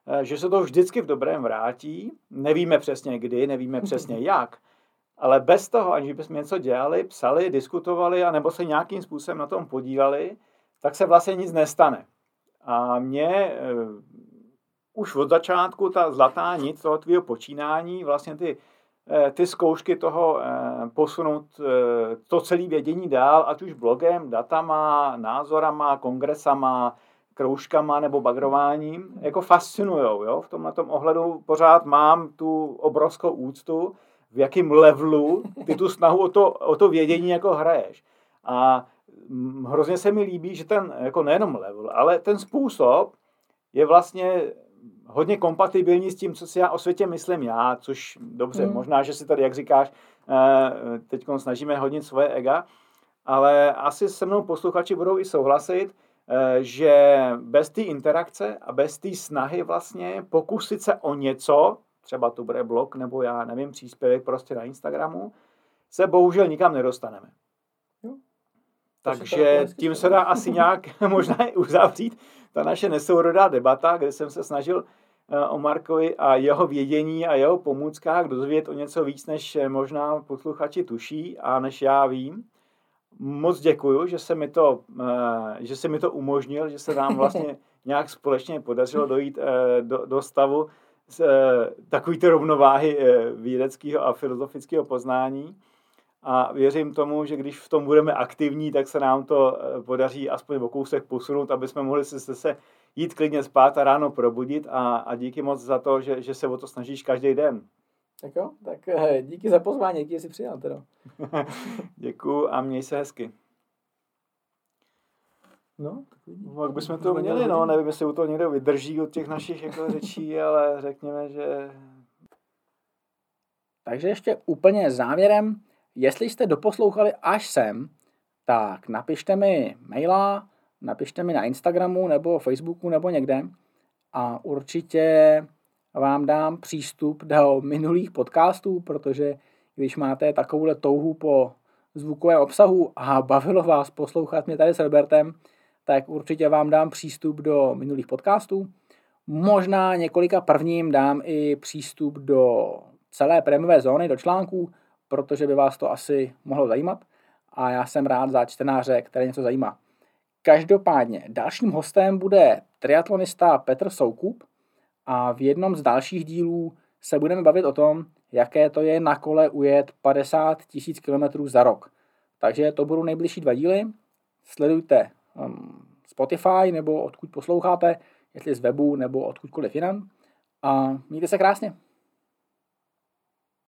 že se to vždycky v dobrém vrátí. Nevíme přesně kdy, nevíme přesně jak, ale bez toho, aniž bychom něco dělali, psali, diskutovali, anebo se nějakým způsobem na tom podíleli, tak se vlastně nic nestane. A mě už od začátku ta zlatá nit toho tvýho počínání, vlastně ty, ty zkoušky toho posunout to celé vědění dál, ať už blogem, datama, názorama, kongresama, kroužkama nebo bagrováním, jako fascinujou. Jo? V tomhle tom ohledu pořád mám tu obrovskou úctu, v jakém levelu ty tu snahu o to, o to vědění jako hraješ. A hrozně se mi líbí, že ten, jako nejenom level, ale ten způsob je vlastně hodně kompatibilní s tím, co si já o světě myslím já, což dobře, hmm. možná, že si tady, jak říkáš, teď snažíme hodnit svoje ega, ale asi se mnou posluchači budou i souhlasit, že bez té interakce a bez té snahy vlastně pokusit se o něco, třeba to bude blog nebo já nevím, příspěvek prostě na Instagramu, se bohužel nikam nedostaneme. Jo. Takže tím se dá asi nějak možná i uzavřít ta naše nesourodá debata, kde jsem se snažil o Markovi a jeho vědění a jeho pomůckách dozvědět o něco víc, než možná posluchači tuší a než já vím. Moc děkuju, že se mi to, že se mi to umožnil, že se nám vlastně nějak společně podařilo dojít do, do stavu takovýto rovnováhy vědeckého a filozofického poznání. A věřím tomu, že když v tom budeme aktivní, tak se nám to podaří aspoň o kousek posunout, aby jsme mohli se, se jít klidně spát a ráno probudit. A, a díky moc za to, že, že se o to snažíš každý den. Tak jo, tak díky za pozvání, díky, že jsi přijal teda. Děkuju a měj se hezky. No, no jak bychom to měli, no, nevím, jestli u toho někdo vydrží od těch našich jako řečí, ale řekněme, že... Takže ještě úplně závěrem, jestli jste doposlouchali až sem, tak napište mi maila, napište mi na Instagramu nebo Facebooku nebo někde a určitě vám dám přístup do minulých podcastů, protože když máte takovouhle touhu po zvukovém obsahu a bavilo vás poslouchat mě tady s Robertem, tak určitě vám dám přístup do minulých podcastů. Možná několika prvním dám i přístup do celé prémiové zóny, do článků, protože by vás to asi mohlo zajímat a já jsem rád za čtenáře, které něco zajímá. Každopádně dalším hostem bude triatlonista Petr Soukup a v jednom z dalších dílů se budeme bavit o tom, jaké to je na kole ujet padesát tisíc kilometrů za rok. Takže to budou nejbližší dva díly. Sledujte um, Spotify nebo odkud posloucháte, jestli z webu nebo odkudkoliv jinam. A mějte se krásně.